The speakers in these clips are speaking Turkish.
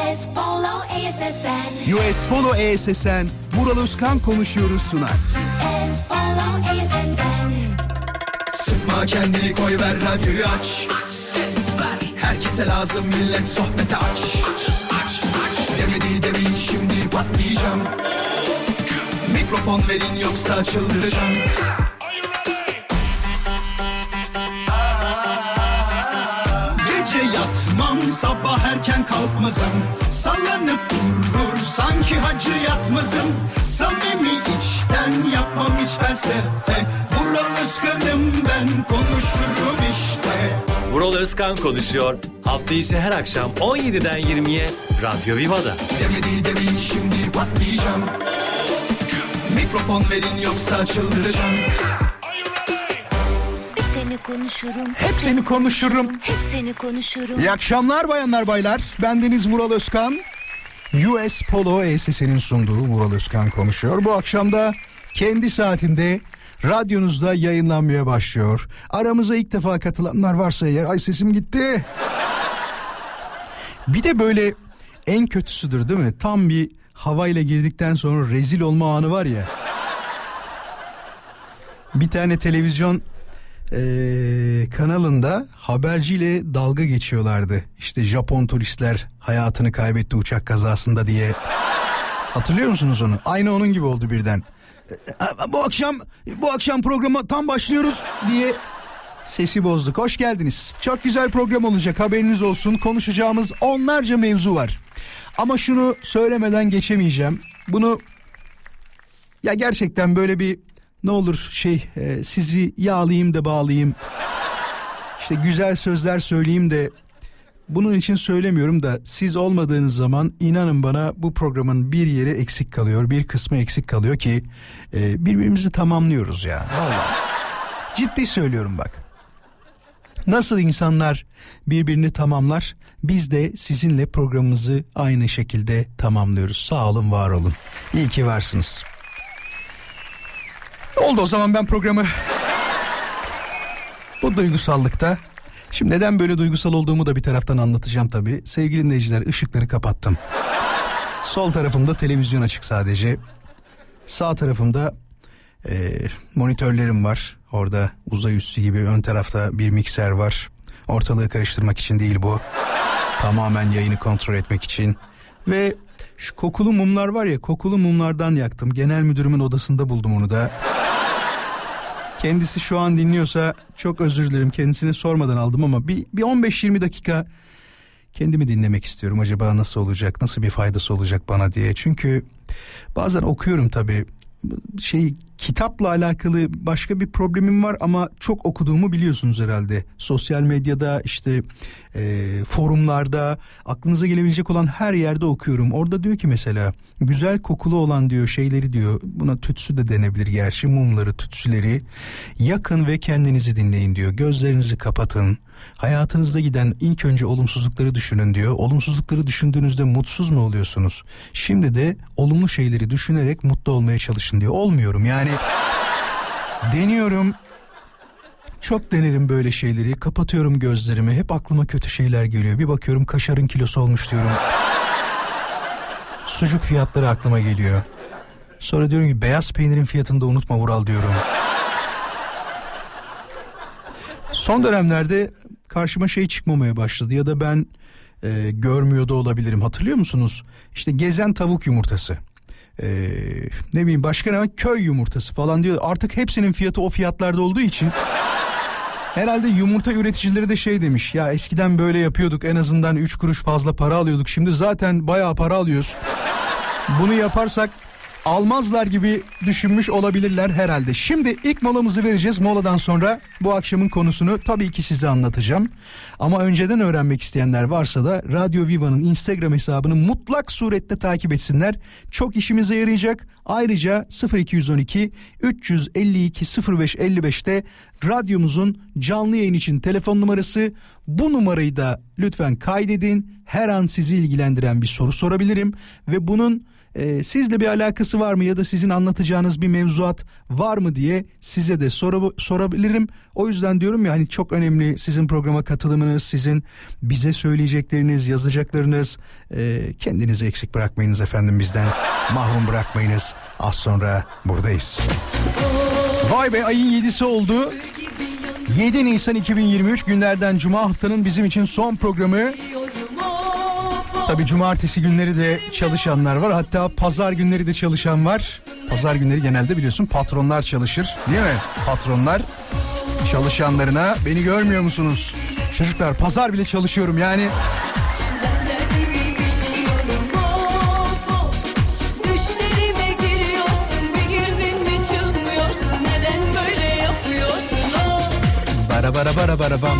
US Polo ESSN. US Polo ESSN, Vural Özkan konuşuyoruz sunar. US Polo ESSN. Sıkma kendini, koy ver radyoyu aç. Herkese lazım millet, sohbete aç. Demedi demin şimdi patlayacağım. Mikrofon verin yoksa çıldıracağım. Gece yatmam, sabah erken kalkmazım. Sallanıp durur sanki hacı yatmazım. Samimi içten yapmam hiç felsefe. Vural Özkan'ım ben, konuşurum işte. Vural Özkan konuşuyor. Hafta içi her akşam 17'den 20'ye Radyo Viva'da. Demedi demin şimdi patlayacağım. Mikrofon verin yoksa çıldıracağım. Seni konuşurum. Hep seni konuşurum. Hep seni konuşurum. İyi akşamlar bayanlar baylar. Bendeniz Vural Özkan. US Polo ESS'nin sunduğu Vural Özkan konuşuyor. Bu akşam da kendi saatinde radyonuzda yayınlanmaya başlıyor. Aramıza ilk defa katılanlar varsa eğer, ay sesim gitti. Bir de böyle en kötüsüdür değil mi? Tam bir havayla girdikten sonra rezil olma anı var ya. Bir tane televizyon kanalında haberciyle dalga geçiyorlardı. İşte Japon turistler hayatını kaybetti uçak kazasında diye. Hatırlıyor musunuz onu? Aynı onun gibi oldu birden. Bu akşam programa tam başlıyoruz diye sesi bozduk. Hoş geldiniz. Çok güzel program olacak, haberiniz olsun. Konuşacağımız onlarca mevzu var. Ama şunu söylemeden geçemeyeceğim. Bunu ya gerçekten böyle bir ne olur sizi yağlayayım da bağlayayım. İşte güzel sözler söyleyeyim de bunun için söylemiyorum da siz olmadığınız zaman inanın bana bu programın bir yeri eksik kalıyor, bir kısmı eksik kalıyor ki birbirimizi tamamlıyoruz ya. Vallahi. Ciddi söylüyorum bak. Nasıl insanlar birbirini tamamlar, biz de sizinle programımızı aynı şekilde tamamlıyoruz. Sağ olun, var olun. İyi ki varsınız. Oldu o zaman, ben programı bu duygusallıkta. Şimdi neden böyle duygusal olduğumu da bir taraftan anlatacağım tabii. Sevgili dinleyiciler, ışıkları kapattım. Sol tarafımda televizyon açık sadece. Sağ tarafımda monitörlerim var. Orada uzay üssü gibi ön tarafta bir mikser var. Ortalığı karıştırmak için değil bu. Tamamen yayını kontrol etmek için. Ve şu kokulu mumlar var ya, kokulu mumlardan yaktım. Genel müdürümün odasında buldum onu da. Kendisi şu an dinliyorsa çok özür dilerim, kendisine sormadan aldım ama bir 15-20 dakika kendimi dinlemek istiyorum. Acaba nasıl olacak, nasıl bir faydası olacak bana diye. Çünkü bazen okuyorum tabii, kitapla alakalı başka bir problemim var ama çok okuduğumu biliyorsunuz herhalde. Sosyal medyada, işte forumlarda, aklınıza gelebilecek olan her yerde okuyorum. Orada diyor ki mesela, güzel kokulu olan diyor şeyleri diyor, buna tütsü de denebilir gerçi, mumları, tütsüleri yakın ve kendinizi dinleyin diyor. Gözlerinizi kapatın. Hayatınızda giden ilk önce olumsuzlukları düşünün diyor. Olumsuzlukları düşündüğünüzde mutsuz mu oluyorsunuz? Şimdi de olumlu şeyleri düşünerek mutlu olmaya çalışın diyor. Olmuyorum yani. Deniyorum. Çok denerim böyle şeyleri. Kapatıyorum gözlerimi. Hep aklıma kötü şeyler geliyor. Bir bakıyorum kaşarın kilosu olmuş diyorum. Sucuk fiyatları aklıma geliyor. Sonra diyorum ki beyaz peynirin fiyatını da unutma Vural diyorum. Son dönemlerde karşıma çıkmamaya başladı ya da ben görmüyor da olabilirim. Hatırlıyor musunuz? İşte gezen tavuk yumurtası. Ne bileyim başka ne var? Köy yumurtası falan diyor. Artık hepsinin fiyatı o fiyatlarda olduğu için herhalde yumurta üreticileri de demiş. Ya eskiden böyle yapıyorduk, en azından 3 kuruş fazla para alıyorduk. Şimdi zaten bayağı para alıyoruz. Bunu yaparsak almazlar gibi düşünmüş olabilirler herhalde. Şimdi ilk molamızı vereceğiz. Moladan sonra bu akşamın konusunu tabii ki size anlatacağım. Ama önceden öğrenmek isteyenler varsa da Radyo Viva'nın Instagram hesabını mutlak surette takip etsinler. Çok işimize yarayacak. Ayrıca 0212 352 0555'te radyomuzun canlı yayın için telefon numarası. Bu numarayı da lütfen kaydedin. Her an sizi ilgilendiren bir soru sorabilirim ve bunun Sizle bir alakası var mı ya da sizin anlatacağınız bir mevzuat var mı diye size de sorabilirim. O yüzden diyorum ya, hani çok önemli sizin programa katılımınız, sizin bize söyleyecekleriniz, yazacaklarınız. Kendinizi eksik bırakmayınız efendim, bizden mahrum bırakmayınız. Az sonra buradayız. Vay be, ayın 7'si oldu. 7 Nisan 2023 günlerden Cuma, haftanın bizim için son programı. Tabii cumartesi günleri de çalışanlar var, hatta pazar günleri de çalışan var. Pazar günleri genelde biliyorsun patronlar çalışır, değil mi? Patronlar çalışanlarına, beni görmüyor musunuz? Çocuklar, pazar bile çalışıyorum yani. Bara bara bara bara bam.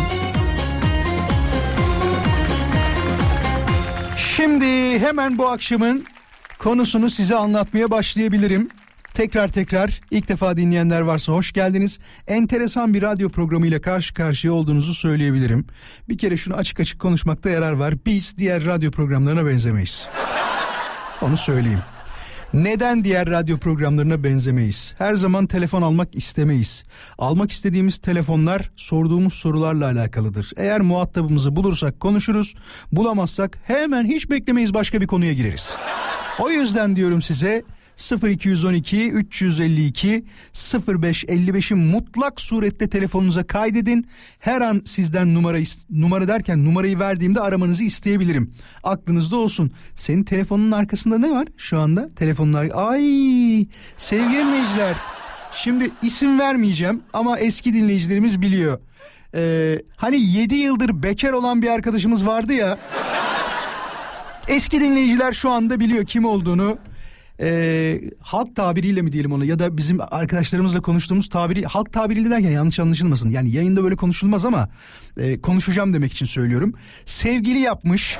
Şimdi hemen bu akşamın konusunu size anlatmaya başlayabilirim. Tekrar ilk defa dinleyenler varsa hoş geldiniz. Enteresan bir radyo programıyla karşı karşıya olduğunuzu söyleyebilirim. Bir kere şunu açık açık konuşmakta yarar var. Biz diğer radyo programlarına benzemeyiz. Onu söyleyeyim. Neden diğer radyo programlarına benzemeyiz? Her zaman telefon almak istemeyiz. Almak istediğimiz telefonlar sorduğumuz sorularla alakalıdır. Eğer muhatabımızı bulursak konuşuruz, bulamazsak hemen hiç beklemeyiz, başka bir konuya gireriz. O yüzden diyorum size, 0212 352 0555'i mutlak surette telefonunuza kaydedin. Her an sizden numara derken numarayı verdiğimde aramanızı isteyebilirim. Aklınızda olsun. Senin telefonun arkasında ne var şu anda? Telefonlar. Ay sevgili dinleyiciler. Şimdi isim vermeyeceğim ama eski dinleyicilerimiz biliyor. Hani 7 yıldır bekar olan bir arkadaşımız vardı ya. Eski dinleyiciler şu anda biliyor kim olduğunu. Halk tabiriyle mi diyelim onu, ya da bizim arkadaşlarımızla konuştuğumuz tabiri, halk tabiriyle derken yanlış anlaşılmasın. Yani yayında böyle konuşulmaz ama konuşacağım demek için söylüyorum. Sevgili yapmış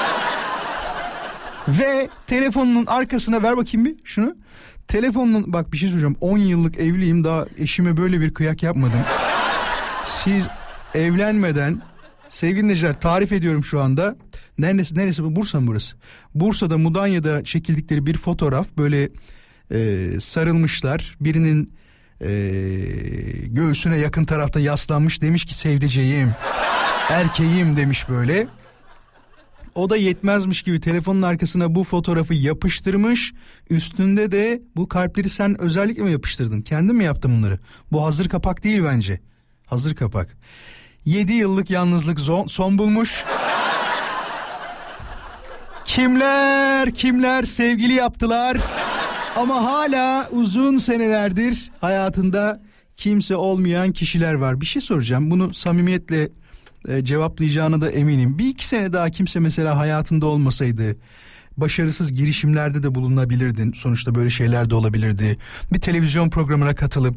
ve telefonunun arkasına, ver bakayım bir şunu. Telefonun, bak bir şey söyleyeceğim, 10 yıllık evliyim, daha eşime böyle bir kıyak yapmadım. Siz evlenmeden, sevgili dinleyiciler, tarif ediyorum şu anda. Neresi bu? Bursa mı burası? Bursa'da, Mudanya'da çekildikleri bir fotoğraf. Böyle sarılmışlar. Birinin göğsüne yakın tarafta yaslanmış. Demiş ki sevdiceğim, erkeğim demiş böyle. O da yetmezmiş gibi telefonun arkasına bu fotoğrafı yapıştırmış. Üstünde de bu kalpleri sen özellikle mi yapıştırdın? Kendin mi yaptın bunları? Bu hazır kapak değil bence. Hazır kapak. 7 yıllık yalnızlık son bulmuş. Kimler sevgili yaptılar ama hala uzun senelerdir hayatında kimse olmayan kişiler var. Bir şey soracağım, bunu samimiyetle cevaplayacağına da eminim. 1-2 sene daha kimse mesela hayatında olmasaydı başarısız girişimlerde de bulunabilirdin. Sonuçta böyle şeyler de olabilirdi. Bir televizyon programına katılıp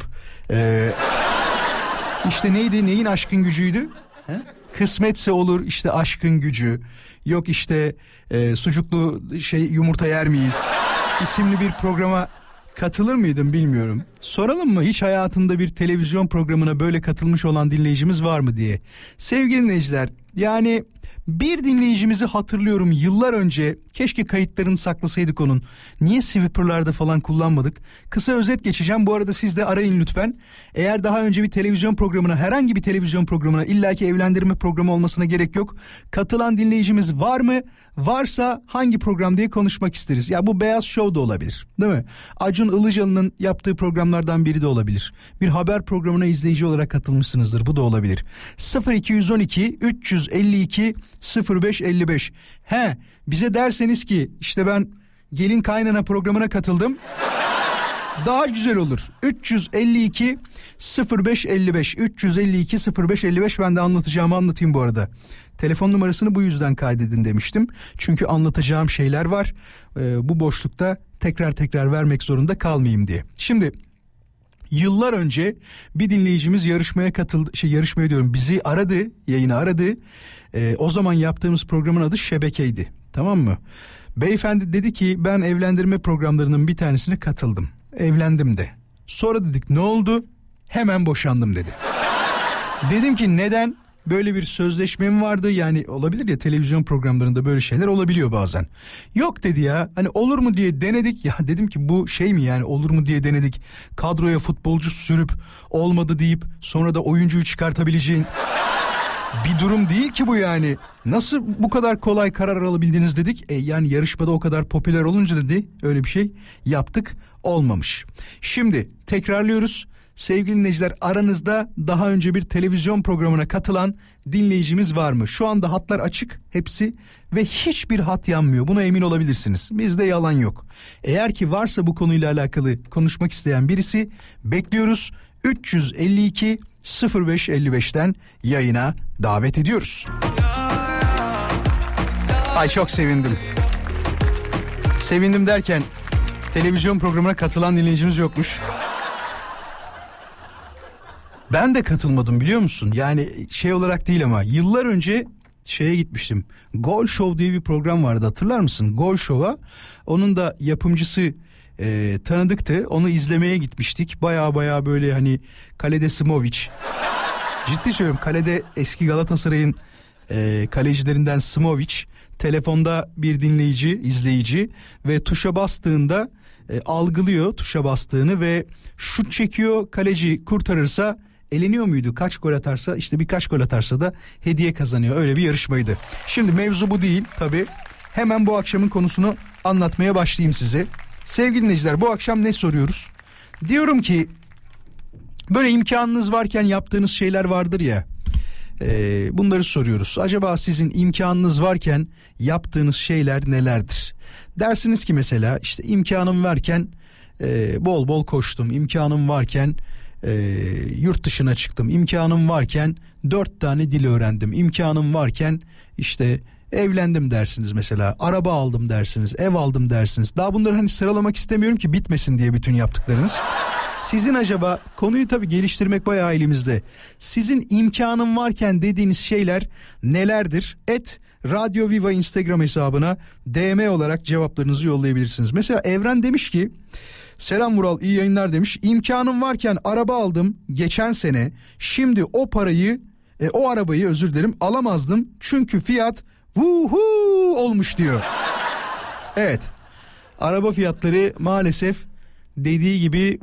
işte neydi, neyin aşkın gücüydü? He? Kısmetse olur işte aşkın gücü. Yok işte sucuklu yumurta yer miyiz isimli bir programa katılır mıydın bilmiyorum. Soralım mı, hiç hayatında bir televizyon programına böyle katılmış olan dinleyicimiz var mı diye. Sevgili dinleyiciler, yani bir dinleyicimizi hatırlıyorum yıllar önce, keşke kayıtlarını saklasaydık onun. Niye Swipper'larda falan kullanmadık? Kısa özet geçeceğim, bu arada siz de arayın lütfen. Eğer daha önce bir televizyon programına, herhangi bir televizyon programına, illaki evlendirme programı olmasına gerek yok, katılan dinleyicimiz var mı? Varsa hangi program diye konuşmak isteriz. Ya bu Beyaz Show da olabilir, değil mi? Acun Ilıcalı'nın yaptığı programlardan biri de olabilir. Bir haber programına izleyici olarak katılmışsınızdır, bu da olabilir. 0212 352 0555. Bize derseniz ki işte ben gelin kaynana programına katıldım, daha güzel olur. 352 0555 352 0555, ben de anlatacağımı anlatayım bu arada. Telefon numarasını bu yüzden kaydedin demiştim. Çünkü anlatacağım şeyler var. Bu boşlukta tekrar vermek zorunda kalmayayım diye. Şimdi yıllar önce bir dinleyicimiz yarışmaya katıldı. Bizi aradı, yayına aradı. O zaman yaptığımız programın adı Şebeke'ydi. Tamam mı? Beyefendi dedi ki ben evlendirme programlarının bir tanesine katıldım. Evlendim de. Sonra dedik ne oldu? Hemen boşandım dedi. Dedim ki neden? böyle bir sözleşmem vardı. Yani olabilir ya, televizyon programlarında böyle şeyler olabiliyor bazen. Yok dedi ya, hani olur mu diye denedik. Ya dedim ki bu şey mi yani, olur mu diye denedik. Kadroya futbolcu sürüp olmadı deyip sonra da oyuncuyu çıkartabileceğin bir durum değil ki bu yani. Nasıl bu kadar kolay karar alabildiniz dedik. Yani yarışmada o kadar popüler olunca dedi öyle bir şey yaptık, olmamış. Şimdi tekrarlıyoruz. Sevgili dinleyiciler, aranızda daha önce bir televizyon programına katılan dinleyicimiz var mı? Şu anda hatlar açık hepsi ve hiçbir hat yanmıyor. Buna emin olabilirsiniz. Bizde yalan yok. Eğer ki varsa bu konuyla alakalı konuşmak isteyen birisi, bekliyoruz. 352 0555'ten yayına davet ediyoruz. Ay çok sevindim. Sevindim derken televizyon programına katılan dinleyicimiz yokmuş. Ben de katılmadım biliyor musun? Yani şey olarak değil ama yıllar önce şeye gitmiştim. Gol Show diye bir program vardı, hatırlar mısın? Gol Show'a. Onun da yapımcısı tanıdıktı. Onu izlemeye gitmiştik. Baya böyle hani kalede Smovic. Ciddi söylüyorum, kalede eski Galatasaray'ın kalecilerinden Smovic. Telefonda bir dinleyici, izleyici ve tuşa bastığında algılıyor tuşa bastığını ve şut çekiyor. Kaleci kurtarırsa eleniyor muydu? Kaç gol atarsa, işte birkaç gol atarsa da hediye kazanıyor. Öyle bir yarışmaydı. Şimdi mevzu bu değil tabii. Hemen bu akşamın konusunu anlatmaya başlayayım size. Sevgili dinleyiciler, bu akşam ne soruyoruz? Diyorum ki böyle imkanınız varken yaptığınız şeyler vardır ya. Bunları soruyoruz. Acaba sizin imkanınız varken yaptığınız şeyler nelerdir? Dersiniz ki mesela işte imkanım varken bol bol koştum. İmkanım varken yurt dışına çıktım. İmkanım varken 4 tane dil öğrendim. İmkanım varken işte evlendim dersiniz mesela. Araba aldım dersiniz. Ev aldım dersiniz. Daha bunları hani sıralamak istemiyorum ki bitmesin diye bütün yaptıklarınız. Sizin acaba, konuyu tabii geliştirmek bayağı elimizde. Sizin imkanım varken dediğiniz şeyler nelerdir? Radyo Viva Instagram hesabına DM olarak cevaplarınızı yollayabilirsiniz. Mesela Evren demiş ki, selam Vural, iyi yayınlar demiş. İmkanım varken araba aldım geçen sene. Şimdi o arabayı alamazdım. Çünkü fiyat olmuş diyor. Evet. Araba fiyatları maalesef dediği gibi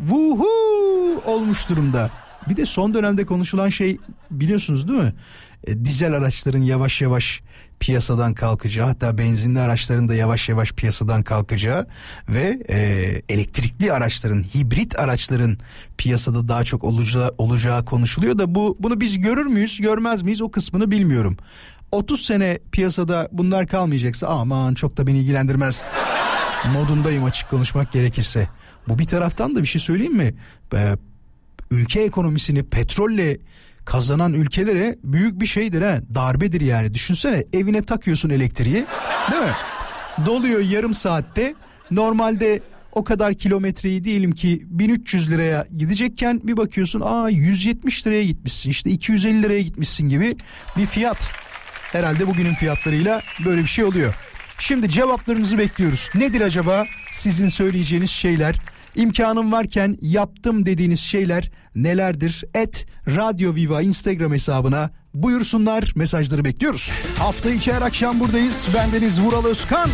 olmuş durumda. Bir de son dönemde konuşulan şey biliyorsunuz değil mi? Dizel araçların yavaş yavaş piyasadan kalkacağı, hatta benzinli araçların da yavaş yavaş piyasadan kalkacağı ve elektrikli araçların, hibrit araçların piyasada daha çok olacağı konuşuluyor da bunu biz görür müyüz, görmez miyiz, o kısmını bilmiyorum. 30 sene piyasada bunlar kalmayacaksa aman çok da beni ilgilendirmez modundayım açık konuşmak gerekirse. Bu bir taraftan da bir şey söyleyeyim mi? Ülke ekonomisini petrolle kazanan ülkelere büyük bir şeydir ha, darbedir yani. Düşünsene, evine takıyorsun elektriği, değil mi? Doluyor yarım saatte. Normalde o kadar kilometreyi diyelim ki 1300 liraya gidecekken bir bakıyorsun 170 liraya gitmişsin, işte 250 liraya gitmişsin gibi bir fiyat. Herhalde bugünün fiyatlarıyla böyle bir şey oluyor. Şimdi cevaplarınızı bekliyoruz. Nedir acaba sizin söyleyeceğiniz şeyler? İmkanım varken yaptım dediğiniz şeyler nelerdir? Radyo Viva Instagram hesabına buyursunlar, mesajları bekliyoruz. Hafta içi her akşam buradayız. Bendeniz Vural Özkan.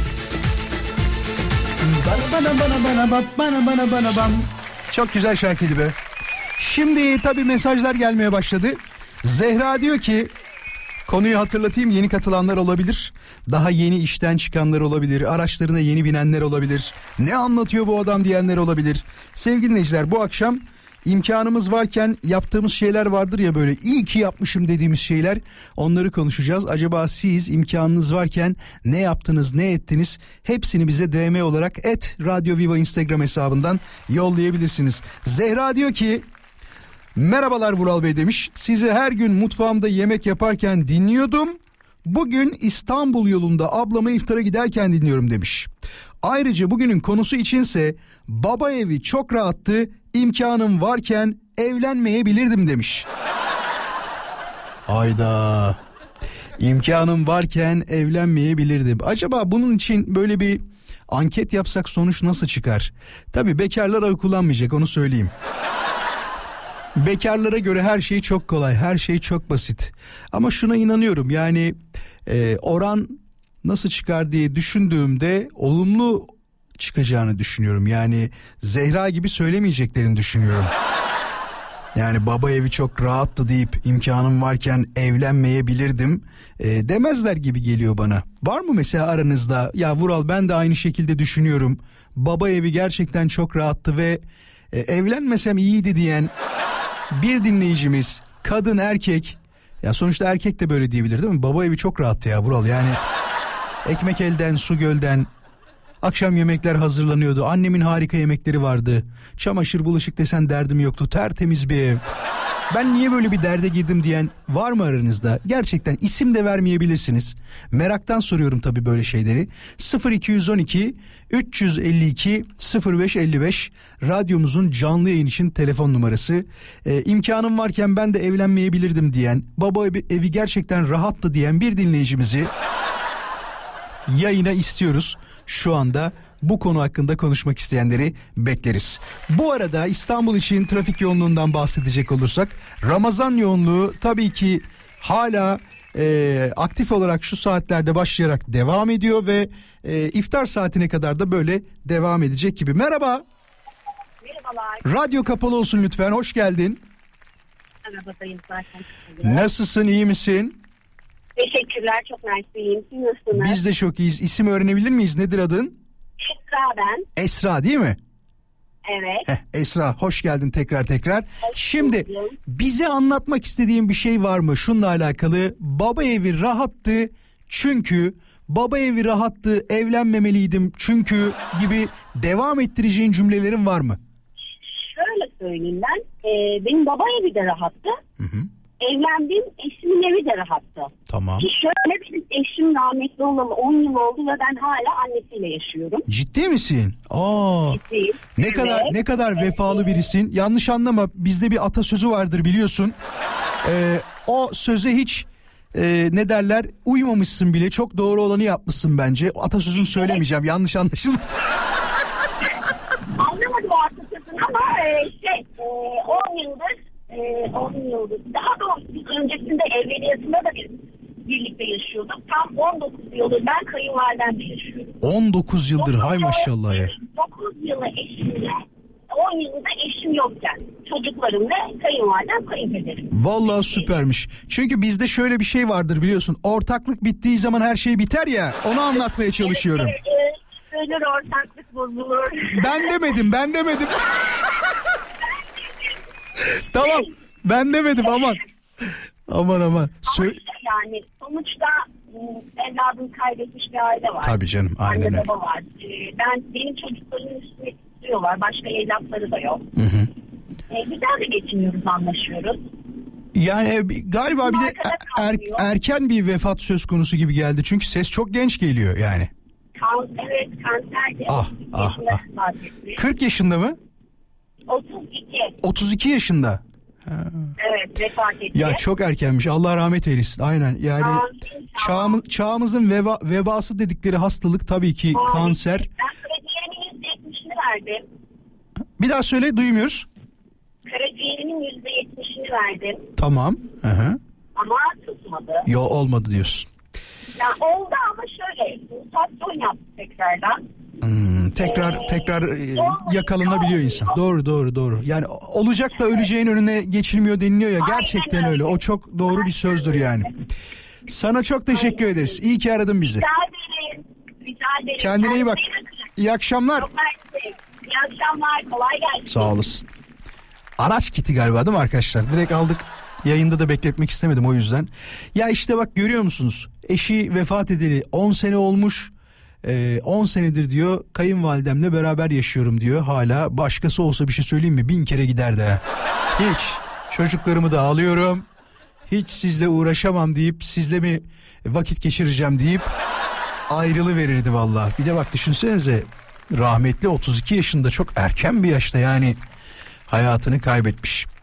Çok güzel şarkıydı be. Şimdi tabii mesajlar gelmeye başladı. Zehra diyor ki, konuyu hatırlatayım, yeni katılanlar olabilir. Daha yeni işten çıkanlar olabilir. Araçlarına yeni binenler olabilir. Ne anlatıyor bu adam diyenler olabilir. Sevgili dinleyiciler, bu akşam imkanımız varken yaptığımız şeyler vardır ya, böyle iyi ki yapmışım dediğimiz şeyler, onları konuşacağız. Acaba siz imkanınız varken ne yaptınız, ne ettiniz? Hepsini bize DM olarak Radyo Viva Instagram hesabından yollayabilirsiniz. Zehra diyor ki, merhabalar Vural Bey demiş. Sizi her gün mutfağımda yemek yaparken dinliyordum. Bugün İstanbul yolunda ablama iftara giderken dinliyorum demiş. Ayrıca bugünün konusu içinse baba evi çok rahattı. İmkanım varken evlenmeyebilirdim demiş. Hayda. İmkanım varken evlenmeyebilirdim. Acaba bunun için böyle bir anket yapsak sonuç nasıl çıkar? Tabii bekarlar oy kullanmayacak, onu söyleyeyim. Bekarlara göre her şey çok kolay, her şey çok basit. Ama şuna inanıyorum, yani oran nasıl çıkar diye düşündüğümde olumlu çıkacağını düşünüyorum. Yani Zehra gibi söylemeyeceklerini düşünüyorum. Yani baba evi çok rahattı deyip imkanım varken evlenmeyebilirdim demezler gibi geliyor bana. Var mı mesela aranızda, ya Vural ben de aynı şekilde düşünüyorum, baba evi gerçekten çok rahattı ve evlenmesem iyiydi diyen bir dinleyicimiz, kadın erkek, ya sonuçta erkek de böyle diyebilir değil mi? Baba evi çok rahattı ya Vural, yani ekmek elden su gölden, akşam yemekler hazırlanıyordu, annemin harika yemekleri vardı, çamaşır bulaşık desen derdim yoktu, tertemiz bir ev, ben niye böyle bir derde girdim diyen var mı aranızda? Gerçekten isim de vermeyebilirsiniz, meraktan soruyorum tabii böyle şeyleri. 0212 352 0555 radyomuzun canlı yayın için telefon numarası. İmkanım varken ben de evlenmeyebilirdim diyen, baba evi gerçekten rahattı diyen bir dinleyicimizi yayına istiyoruz. Şu anda bu konu hakkında konuşmak isteyenleri bekleriz. Bu arada İstanbul için trafik yoğunluğundan bahsedecek olursak, Ramazan yoğunluğu tabii ki hala aktif olarak şu saatlerde başlayarak devam ediyor ve iftar saatine kadar da böyle devam edecek gibi. Merhaba. Merhabalar. Radyo kapalı olsun lütfen, hoş geldin. Arabadayım zaten. Nasılsın, iyi misin? Teşekkürler, çok mersi. Siz nasılsınız? Biz de çok iyiyiz. İsim öğrenebilir miyiz? Nedir adın? Esra ben. Esra değil mi? Evet. Esra, hoş geldin tekrar. Hoş Şimdi buldum. bize anlatmak istediğin bir şey var mı şununla alakalı? Baba evi rahattı çünkü, baba evi rahattı, evlenmemeliydim çünkü gibi devam ettireceğin cümlelerin var mı? Şöyle söyleyeyim ben. Benim baba evi de rahattı. Hı. Evlendiğim eşimin evi de rahattı. Tamam. Ki şöyle, benim eşim rahmetli olalı 10 yıl oldu ve ben hala annesiyle yaşıyorum. Ciddi misin? Aa. Ciddiyim. Ne kadar vefalı birisin. Yanlış anlama, bizde bir atasözü vardır biliyorsun. O söze hiç ne derler, uymamışsın bile, çok doğru olanı yapmışsın bence. Atasözünü söylemeyeceğim, yanlış anlaşılmasın. Anlamadım o atasözünü ama 10 yıldır daha doğrusu biz öncesinde evveliyatında da biz birlikte yaşıyorduk. Tam 19 yıldır ben kayınvalidemle yaşıyorum. 19 yıldır, hay maşallah ya. 9 yılı eşimle, 10 yılında eşim yokken çocuklarım ve kayınvalidem, kayınpederim. Vallahi süpermiş. Çünkü bizde şöyle bir şey vardır biliyorsun. Ortaklık bittiği zaman her şey biter ya. Onu anlatmaya çalışıyorum. Ölür, ortaklık bozulur. Ben demedim. Tamam. Ben demedim, aman. Aman. Ama yani sonuçta evladını kaybetmiş bir aile var. Tabii canım, aynen öyle. Anne baba var. Benim çocuklarımın üstüne tutuyorlar. Başka evlatları da yok. Hı. Güzel de geçiniyoruz, anlaşıyoruz. Yani galiba bir de erken bir vefat söz konusu gibi geldi. Çünkü ses çok genç geliyor yani. Evet, kanser de. Ah. 40 yaşında mı? 32. 32 yaşında. Evet, vefat etti. Ya çok erkenmiş, Allah rahmet eylesin. Aynen yani çağımızın vebası dedikleri hastalık tabii ki kanser. Ben karaciğerimin %70'ini verdim. Bir daha söyle, duymuyoruz. Karaciğerimin %70'ini verdim. Tamam. Hı. Ama tutmadı. Yo, olmadı diyorsun. Ya oldu ama şöyle, mutasyon yaptı tekrardan. Tekrar yakalanabiliyor insan. Doğru. Yani olacak da öleceğin önüne geçilmiyor deniliyor ya. Gerçekten öyle. O çok doğru bir sözdür yani. Sana çok teşekkür ederiz. İyi ki aradın bizi. Rica ederim. Kendine iyi bak. İyi akşamlar. Çok mersi. İyi akşamlar. Kolay gelsin. Sağ olasın. Araç kiti galiba değil mi arkadaşlar? Direkt aldık. Yayında da bekletmek istemedim o yüzden. Ya işte bak, görüyor musunuz? Eşi vefat edeli 10 sene olmuş. 10 senedir diyor kayınvalidemle beraber yaşıyorum diyor. Hala başkası olsa bir şey söyleyeyim mi? 1000 kere gider de. Hiç. Çocuklarımı da alıyorum. Hiç sizle uğraşamam deyip, sizle mi vakit geçireceğim deyip ayrılıverirdi vallahi. Bir de bak düşünsenize, rahmetli 32 yaşında, çok erken bir yaşta yani hayatını kaybetmiş.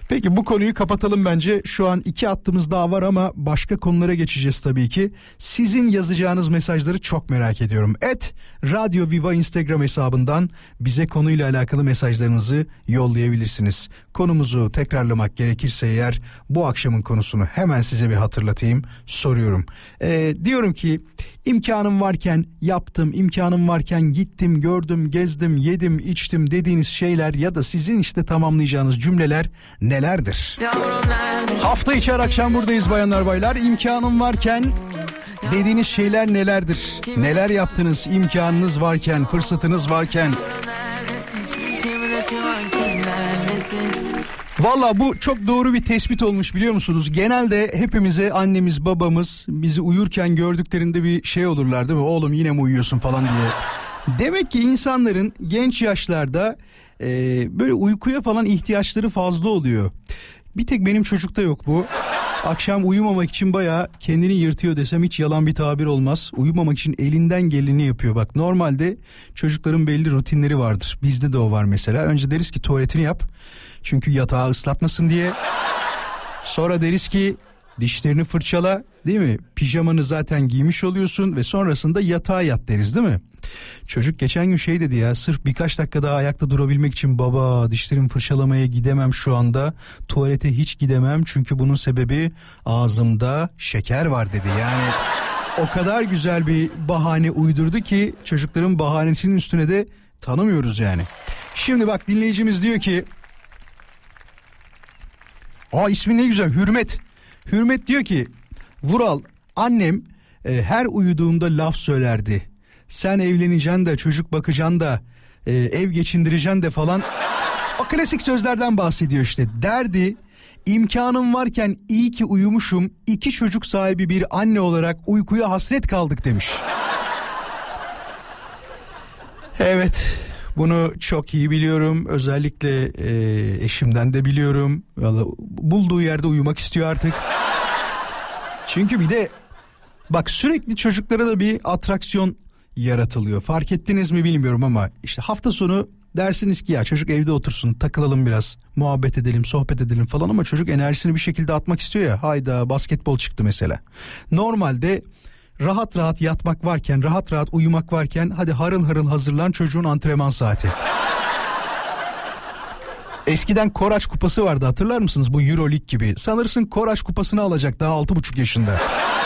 Peki bu konuyu kapatalım bence. Şu an 2 hattımız daha var ama başka konulara geçeceğiz tabii ki. Sizin yazacağınız mesajları çok merak ediyorum. @Radyo Viva Instagram hesabından bize konuyla alakalı mesajlarınızı yollayabilirsiniz. Konumuzu tekrarlamak gerekirse eğer bu akşamın konusunu hemen size bir hatırlatayım. Soruyorum. Diyorum ki imkanım varken yaptım, imkanım varken gittim, gördüm, gezdim, yedim, içtim dediğiniz şeyler ya da sizin işte tamamlayacağınız cümleler nelerdir? Hafta içi her akşam buradayız bayanlar baylar. İmkanım varken dediğiniz şeyler nelerdir? Neler yaptınız imkanınız varken, fırsatınız varken? Valla bu çok doğru bir tespit olmuş biliyor musunuz? Genelde hepimize annemiz babamız bizi uyurken gördüklerinde bir şey olurlar değil mi? Oğlum yine mi uyuyorsun falan diye. Demek ki insanların genç yaşlarda böyle uykuya falan ihtiyaçları fazla oluyor. Bir tek benim çocukta yok bu. Akşam uyumamak için bayağı kendini yırtıyor desem hiç yalan bir tabir olmaz. Uyumamak için elinden geleni yapıyor. Bak normalde çocukların belli rutinleri vardır. Bizde de o var mesela. Önce deriz ki tuvaletini yap. Çünkü yatağı ıslatmasın diye. Sonra deriz ki dişlerini fırçala, değil mi? Pijamanı zaten giymiş oluyorsun ve sonrasında yatağa yat deriz değil mi? Çocuk geçen gün şey dedi ya, sırf birkaç dakika daha ayakta durabilmek için baba dişlerimi fırçalamaya gidemem şu anda, tuvalete hiç gidemem çünkü bunun sebebi ağzımda şeker var dedi. Yani o kadar güzel bir bahane uydurdu ki çocukların bahanesinin üstüne de tanımıyoruz yani. Şimdi bak dinleyicimiz diyor ki, ismi ne güzel, Hürmet. Hürmet diyor ki, Vural annem her uyuduğumda laf söylerdi. Sen evleneceksin de çocuk bakacaksın da ev geçindireceksin de falan. O klasik sözlerden bahsediyor işte. Derdi imkanım varken iyi ki uyumuşum, 2 çocuk sahibi bir anne olarak uykuya hasret kaldık demiş. Evet, bunu çok iyi biliyorum. Özellikle eşimden de biliyorum. Vallahi bulduğu yerde uyumak istiyor artık. Çünkü bir de bak sürekli çocuklara da bir atraksiyon yaratılıyor. Fark ettiniz mi bilmiyorum ama işte hafta sonu dersiniz ki ya çocuk evde otursun, takılalım biraz, muhabbet edelim, sohbet edelim falan ama çocuk enerjisini bir şekilde atmak istiyor ya. Hayda basketbol çıktı mesela. Normalde rahat rahat yatmak varken, rahat rahat uyumak varken hadi harıl harıl hazırlan çocuğun antrenman saati. Eskiden Koraç kupası vardı, hatırlar mısınız? Bu Euroleague gibi. Sanırsın Koraç kupasını alacak daha 6,5 yaşında.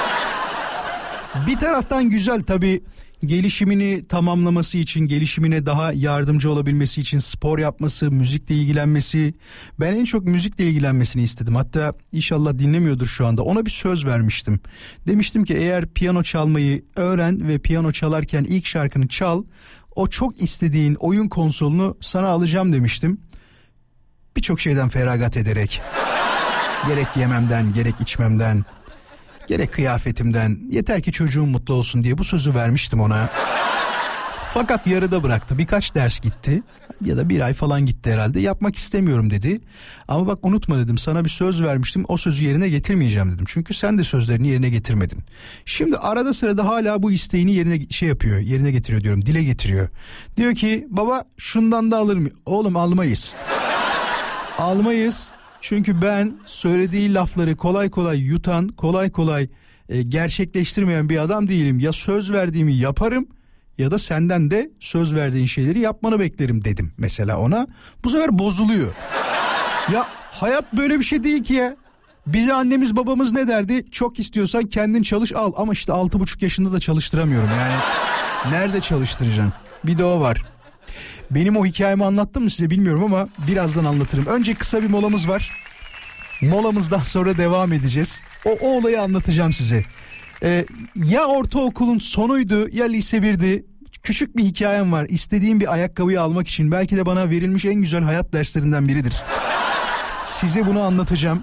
Bir taraftan güzel tabii, gelişimini tamamlaması için, gelişimine daha yardımcı olabilmesi için spor yapması, müzikle ilgilenmesi. Ben en çok müzikle ilgilenmesini istedim. Hatta inşallah dinlemiyordur şu anda. Ona bir söz vermiştim. Demiştim ki eğer piyano çalmayı öğren ve piyano çalarken ilk şarkını çal, o çok istediğin oyun konsolunu sana alacağım demiştim. Birçok şeyden feragat ederek, gerek yememden, gerek içmemden, gerek kıyafetimden, yeter ki çocuğum mutlu olsun diye bu sözü vermiştim ona. Fakat yarıda bıraktı. Birkaç ders gitti ya da 1 ay falan gitti herhalde. Yapmak istemiyorum dedi. Ama bak unutma dedim, sana bir söz vermiştim, o sözü yerine getirmeyeceğim dedim. Çünkü sen de sözlerini yerine getirmedin. Şimdi arada sırada hala bu isteğini yerine getiriyor diyorum, dile getiriyor. Diyor ki baba şundan da alır mı? Oğlum almayız. Almayız. Çünkü ben söylediği lafları kolay kolay yutan, kolay kolay gerçekleştirmeyen bir adam değilim. Ya söz verdiğimi yaparım ya da senden de söz verdiğin şeyleri yapmanı beklerim dedim mesela ona. Bu sefer bozuluyor. Ya hayat böyle bir şey değil ki ya. Bize annemiz babamız ne derdi? Çok istiyorsan kendin çalış al. Ama işte 6,5 yaşında da çalıştıramıyorum yani. Nerede çalıştıracaksın? Bir de o var. Benim o hikayemi anlattım mı size bilmiyorum ama birazdan anlatırım. Önce kısa bir molamız var. Molamızdan sonra devam edeceğiz. O olayı anlatacağım size. Ya ortaokulun sonuydu ya lise 1'di. Küçük bir hikayem var. İstediğim bir ayakkabıyı almak için belki de bana verilmiş en güzel hayat derslerinden biridir. Size bunu anlatacağım.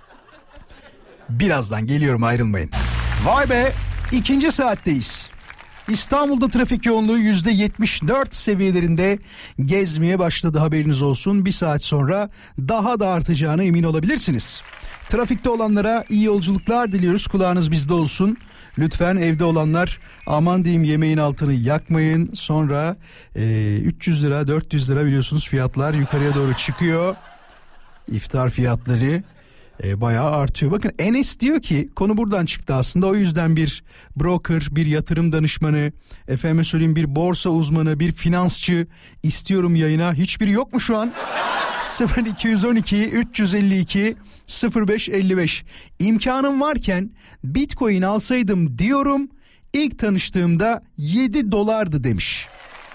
Birazdan geliyorum, ayrılmayın. Vay be, 2. saatteyiz. İstanbul'da trafik yoğunluğu %74 seviyelerinde gezmeye başladı, haberiniz olsun. 1 saat sonra daha da artacağına emin olabilirsiniz. Trafikte olanlara iyi yolculuklar diliyoruz, kulağınız bizde olsun. Lütfen evde olanlar aman diyeyim yemeğin altını yakmayın. Sonra 300 lira 400 lira biliyorsunuz fiyatlar yukarıya doğru çıkıyor. İftar fiyatları bayağı artıyor. Bakın Enes diyor ki konu buradan çıktı aslında. O yüzden bir broker, bir yatırım danışmanı, efendime söyleyeyim bir borsa uzmanı, bir finansçı istiyorum yayına. Hiçbiri yok mu şu an? 0212 352 0555. İmkanım varken Bitcoin alsaydım diyorum. İlk tanıştığımda $7 demiş.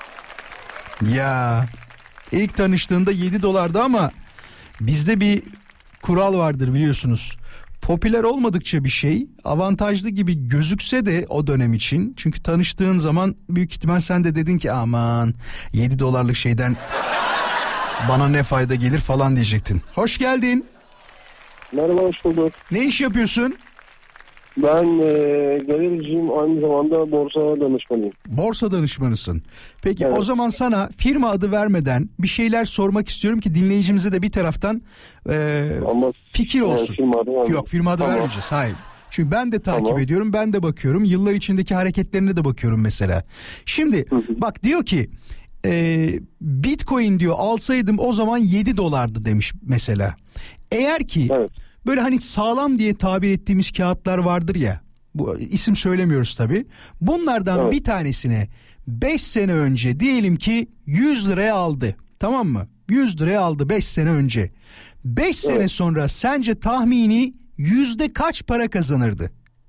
Ya ilk tanıştığında $7 ama bizde bir kural vardır biliyorsunuz. Popüler olmadıkça bir şey avantajlı gibi gözükse de o dönem için. Çünkü tanıştığın zaman büyük ihtimal sen de dedin ki aman $7 şeyden bana ne fayda gelir falan diyecektin. Hoş geldin. Merhaba, hoş bulduk. Ne iş yapıyorsun? Ben galericiyim, aynı zamanda borsa danışmanıyım. Borsa danışmanısın. Peki evet. O zaman sana firma adı vermeden bir şeyler sormak istiyorum ki dinleyicimize de bir taraftan fikir olsun. Firma adı Yok, firma adı vermeyeceğiz. Hayır. Çünkü ben de takip ediyorum, ben de bakıyorum. Yıllar içindeki hareketlerine de bakıyorum mesela. Şimdi bak diyor ki Bitcoin diyor alsaydım o zaman $7 demiş mesela. Eğer ki böyle hani sağlam diye tabir ettiğimiz kağıtlar vardır ya, bu isim söylemiyoruz tabii. Bunlardan bir tanesine 5 sene önce diyelim ki 100 liraya aldı, tamam mı? 100 liraya aldı 5 sene önce. 5 sene sonra sence tahmini yüzde kaç para kazanırdı?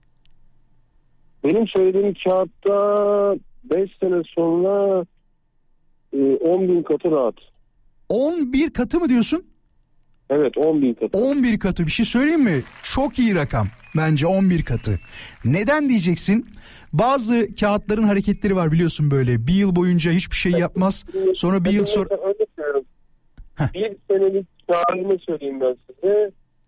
Benim söylediğim kağıtta 5 sene sonra 10.000 katı rahat. 11 katı mı diyorsun? Evet, 10.000 katı. 11 katı, bir şey söyleyeyim mi? Çok iyi rakam bence 11 katı. Neden diyeceksin? Bazı kağıtların hareketleri var biliyorsun, böyle bir yıl boyunca hiçbir şey yapmaz. Sonra bir yıl sonra... Bir senelik karını söyleyeyim ben size.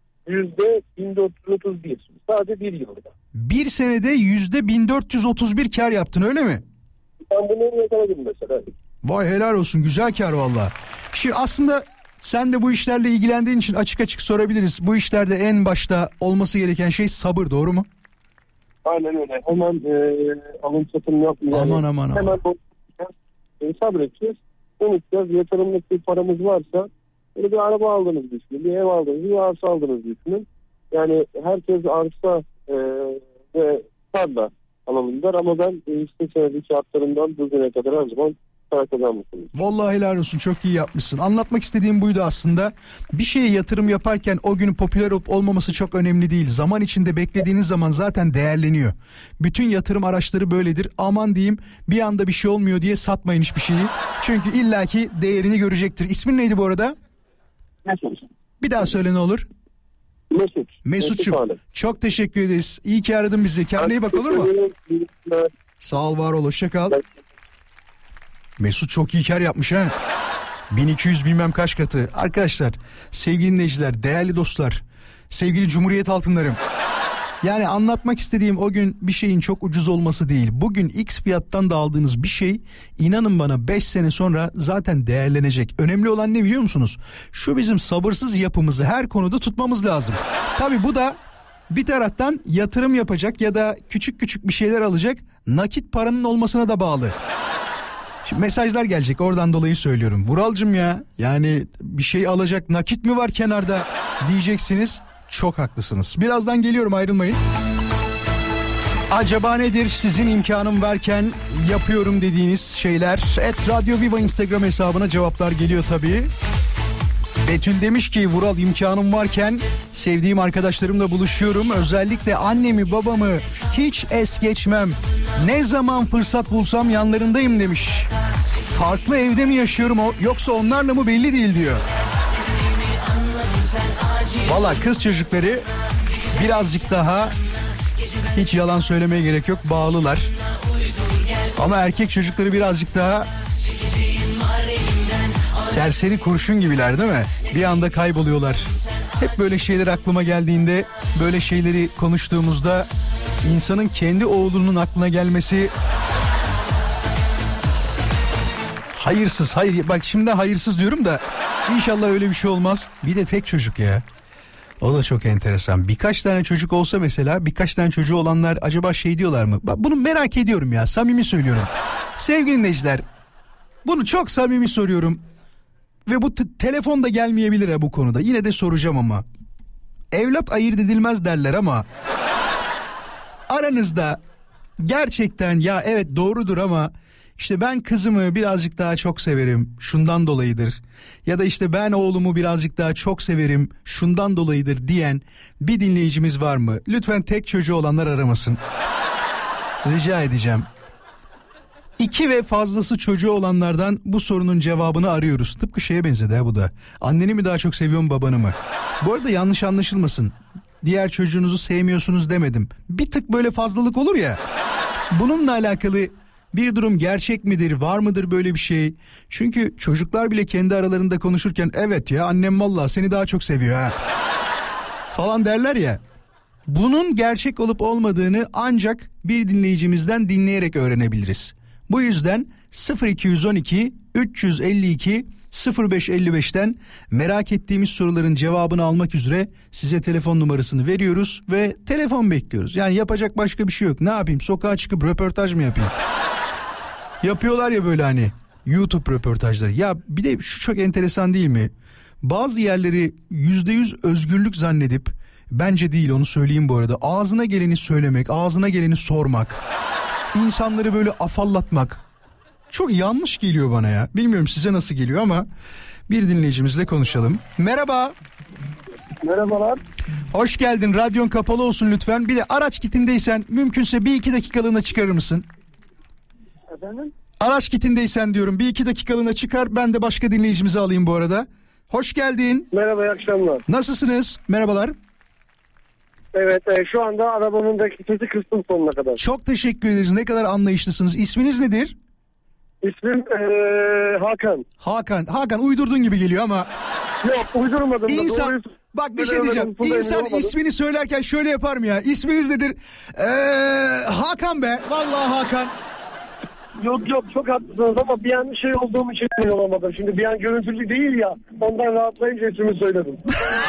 %1431. Sadece bir yılda. Bir senede %1431 kar yaptın, öyle mi? Ben bunu yakaladım mesela. Vay helal olsun, güzel kar valla. Şimdi aslında sen de bu işlerle ilgilendiğin için açık açık sorabiliriz. Bu işlerde en başta olması gereken şey sabır, doğru mu? Aynen öyle. Hemen alım satım yapmayacağız. Aman. Hemen sabredeceğiz. Unutacağız. Yatırımlık bir paramız varsa böyle bir araba aldığınızı düşünün. Bir ev aldığınızı, bir arsa aldığınızı düşünün. Yani herkes arsa ve tarla alanındalar ama ben işte senedeki kağıtlarımdan bugüne kadar her zaman para kazanmışsınız. Vallahi helal olsun, çok iyi yapmışsın. Anlatmak istediğim buydu aslında. Bir şeye yatırım yaparken o günün popüler olup olmaması çok önemli değil. Zaman içinde beklediğiniz zaman zaten değerleniyor. Bütün yatırım araçları böyledir. Aman diyeyim, bir anda bir şey olmuyor diye satmayın hiçbir şeyi. Çünkü illaki değerini görecektir. İsmin neydi bu arada? Mesut. Bir daha söyle ne olur? Mesut'cum. Çok teşekkür ederiz. İyi ki aradın bizi. Kendine iyi bak, olur mu? Sağ ol, var ol, hoşça kal. Mesut çok iyi kar yapmış ha. 1200 bilmem kaç katı. Arkadaşlar, sevgili dinleyiciler, değerli dostlar, sevgili Cumhuriyet altınlarım. Yani anlatmak istediğim o gün bir şeyin çok ucuz olması değil. Bugün X fiyattan da aldığınız bir şey, inanın bana 5 sene sonra zaten değerlenecek. Önemli olan ne biliyor musunuz? Şu bizim sabırsız yapımızı her konuda tutmamız lazım. Tabii bu da bir taraftan yatırım yapacak ya da küçük küçük bir şeyler alacak nakit paranın olmasına da bağlı. Şimdi mesajlar gelecek, oradan dolayı söylüyorum. Vuralcım ya, yani bir şey alacak nakit mi var kenarda diyeceksiniz. Çok haklısınız. Birazdan geliyorum, ayrılmayın. Acaba nedir sizin imkanım varken yapıyorum dediğiniz şeyler? @Radyo Viva Instagram hesabına cevaplar geliyor tabii. Betül demiş ki Vural, imkanım varken sevdiğim arkadaşlarımla buluşuyorum. Özellikle annemi babamı hiç es geçmem. Ne zaman fırsat bulsam yanlarındayım demiş. Farklı evde mi yaşıyorum yoksa onlarla mı belli değil diyor. Valla kız çocukları birazcık daha, hiç yalan söylemeye gerek yok, bağlılar. Ama erkek çocukları birazcık daha serseri kurşun gibiler değil mi? Bir anda kayboluyorlar. Hep böyle şeyler aklıma geldiğinde, böyle şeyleri konuştuğumuzda insanın kendi oğlunun aklına gelmesi hayırsız. Hayır, bak şimdi hayırsız diyorum da inşallah öyle bir şey olmaz. Bir de tek çocuk ya. O da çok enteresan. Birkaç tane çocuk olsa mesela, birkaç tane çocuğu olanlar acaba şey diyorlar mı? Bak bunu merak ediyorum ya, samimi söylüyorum. Sevgili dinleyiciler, bunu çok samimi soruyorum. ve bu telefon da gelmeyebilir ha bu konuda. Yine de soracağım ama. Evlat ayırt edilmez derler ama aranızda gerçekten ya evet doğrudur ama işte ben kızımı birazcık daha çok severim şundan dolayıdır ya da işte ben oğlumu birazcık daha çok severim şundan dolayıdır diyen bir dinleyicimiz var mı? Lütfen tek çocuğu olanlar aramasın. Rica edeceğim. 2 ve fazlası çocuğu olanlardan bu sorunun cevabını arıyoruz. Tıpkı şeye benzedi ha bu da. Anneni mi daha çok seviyorsun babanı mı? Bu arada yanlış anlaşılmasın. Diğer çocuğunuzu sevmiyorsunuz demedim. Bir tık böyle fazlalık olur ya. Bununla alakalı bir durum gerçek midir? Var mıdır böyle bir şey? Çünkü çocuklar bile kendi aralarında konuşurken evet ya annem vallahi seni daha çok seviyor ha falan derler ya. Bunun gerçek olup olmadığını ancak bir dinleyicimizden dinleyerek öğrenebiliriz. Bu yüzden 0212 352 0555'ten merak ettiğimiz soruların cevabını almak üzere size telefon numarasını veriyoruz ve telefon bekliyoruz. Yani yapacak başka bir şey yok. Ne yapayım? Sokağa çıkıp röportaj mı yapayım? Yapıyorlar ya böyle hani YouTube röportajları. Ya bir de şu çok enteresan değil mi? Bazı yerleri %100 özgürlük zannedip, bence değil onu söyleyeyim bu arada, ağzına geleni söylemek, ağzına geleni sormak, insanları böyle afallatmak çok yanlış geliyor bana ya. Bilmiyorum size nasıl geliyor ama bir dinleyicimizle konuşalım. Merhaba. Merhabalar. Hoş geldin. Radyon kapalı olsun lütfen. Bir de araç kitindeysen mümkünse 1-2 dakikalığına çıkarır mısın? Efendim? Araç kitindeysen diyorum 1-2 dakikalığına çıkar. Ben de başka dinleyicimizi alayım bu arada. Hoş geldin. Merhaba, iyi akşamlar. Nasılsınız? Merhabalar. Evet, şu anda arabamın da sesi kıstım sonuna kadar. Çok teşekkür ederiz. Ne kadar anlayışlısınız. İsminiz nedir? İsmim Hakan. Hakan uydurduğun gibi geliyor ama. Yok, uydurmadım. İnsan, bak bir şey diyeceğim. İnsan ismini söylerken şöyle yapar mı ya? İsminiz nedir? Hakan be. Vallahi Hakan. Yok çok haklısınız ama bir an şey olduğum için emin olamadım. Şimdi bir an görüntülü değil ya, ondan rahatlayınca ismini söyledim.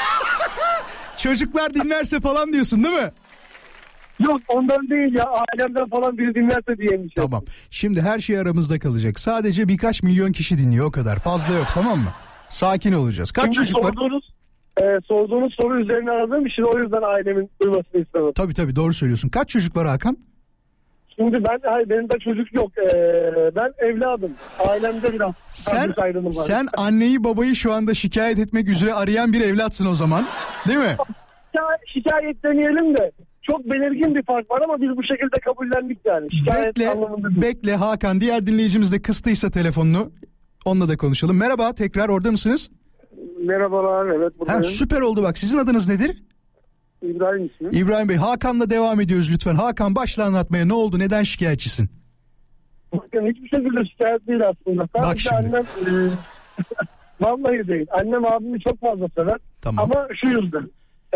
Çocuklar dinlerse falan diyorsun değil mi? Yok ondan değil ya, ailemden falan biri dinlerse diye endişe. Tamam. Şimdi her şey aramızda kalacak. Sadece birkaç milyon kişi dinliyor, o kadar. Fazla yok, tamam mı? Sakin olacağız. Kaç çocuk var? Sorduğunuz soru üzerine aradığım için o yüzden ailemin duymasını istedim. Tabii doğru söylüyorsun. Kaç çocuk var Hakan? Şimdi benim de çocuk yok. Ben evladım. Ailemde biraz ayrılım var. Sen anneyi babayı şu anda şikayet etmek üzere arayan bir evlatsın o zaman. Değil mi? Şikayet demeyelim de çok belirgin bir fark var ama biz bu şekilde kabullendik yani. Bekle Hakan, diğer dinleyicimiz de kıstıysa telefonunu, onunla da konuşalım. Merhaba, tekrar orada mısınız? Merhabalar, evet buradayım. Süper oldu bak. Sizin adınız nedir? İbrahim ismi. İbrahim Bey, Hakan'la devam ediyoruz lütfen. Hakan, başla anlatmaya. Ne oldu? Neden şikayetçisin? Bakın hiçbir şekilde şikayet değil aslında. Bak şimdi. Annem, vallahi değil. Annem abimi çok fazla sever. Tamam. Ama şu yüzden.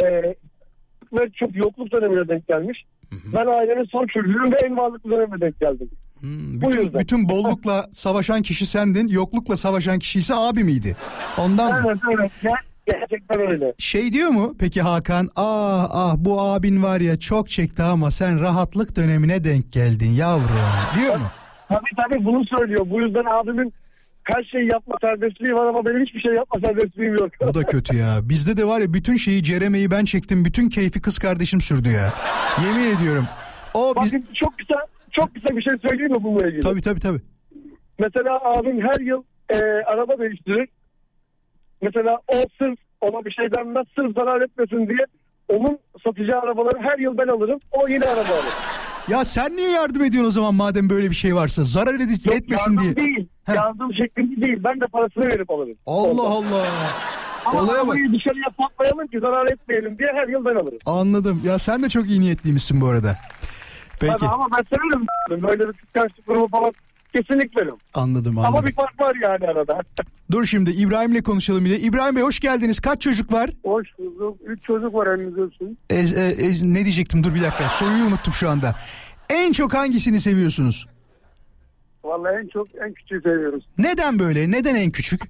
Ve çok yokluk dönemine denk gelmiş. Hı-hı. Ben ailemin son çocuğuyum ve en varlıklı dönemine denk geldim. Bütün bollukla savaşan kişi sendin. Yoklukla savaşan kişi ise abi miydi? Ondan mı? Evet. Gerçekten öyle. Şey diyor mu peki Hakan? Bu abin var ya çok çekti ama sen rahatlık dönemine denk geldin yavrum diyor mu? Tabii bunu söylüyor. Bu yüzden abimin her şeyi yapma serbestliği var ama benim hiçbir şey yapma serbestliğim yok. Bu da kötü ya. Bizde de var ya bütün şeyi, Cereme'yi ben çektim. Bütün keyfi kız kardeşim sürdü ya. Yemin ediyorum. Bakın çok kısa bir şey söyleyeyim mi bununla ilgili? Tabii. Mesela abim her yıl araba değiştirir. Mesela o sırf ona bir şey denmez, sırf zarar etmesin diye onun satacağı arabaları her yıl ben alırım. O yine araba alır. Ya sen niye yardım ediyorsun o zaman madem böyle bir şey varsa? Zarar etmesin diye. Değil. Yardım şeklinde değil. Ben de parasını verip alırım. Allah. Ama olaya bak. arabayı dışarıya patlayalım ki zarar etmeyelim diye her yıl ben alırım. Anladım. Ya sen de çok iyi niyetliymişsin bu arada. Peki. Tabii ama ben severim. Böyle bir kıskançlık durumu falan kesinlikle yok. Anladım. Ama bir fark var yani arada. Dur şimdi İbrahim'le konuşalım bir de. İbrahim Bey hoş geldiniz. Kaç çocuk var? Hoş bulduk. 3 çocuk var elinizde olsun. Ne diyecektim, dur bir dakika. Soruyu unuttum şu anda. En çok hangisini seviyorsunuz? Vallahi en küçüğü seviyoruz. Neden böyle? Neden en küçük?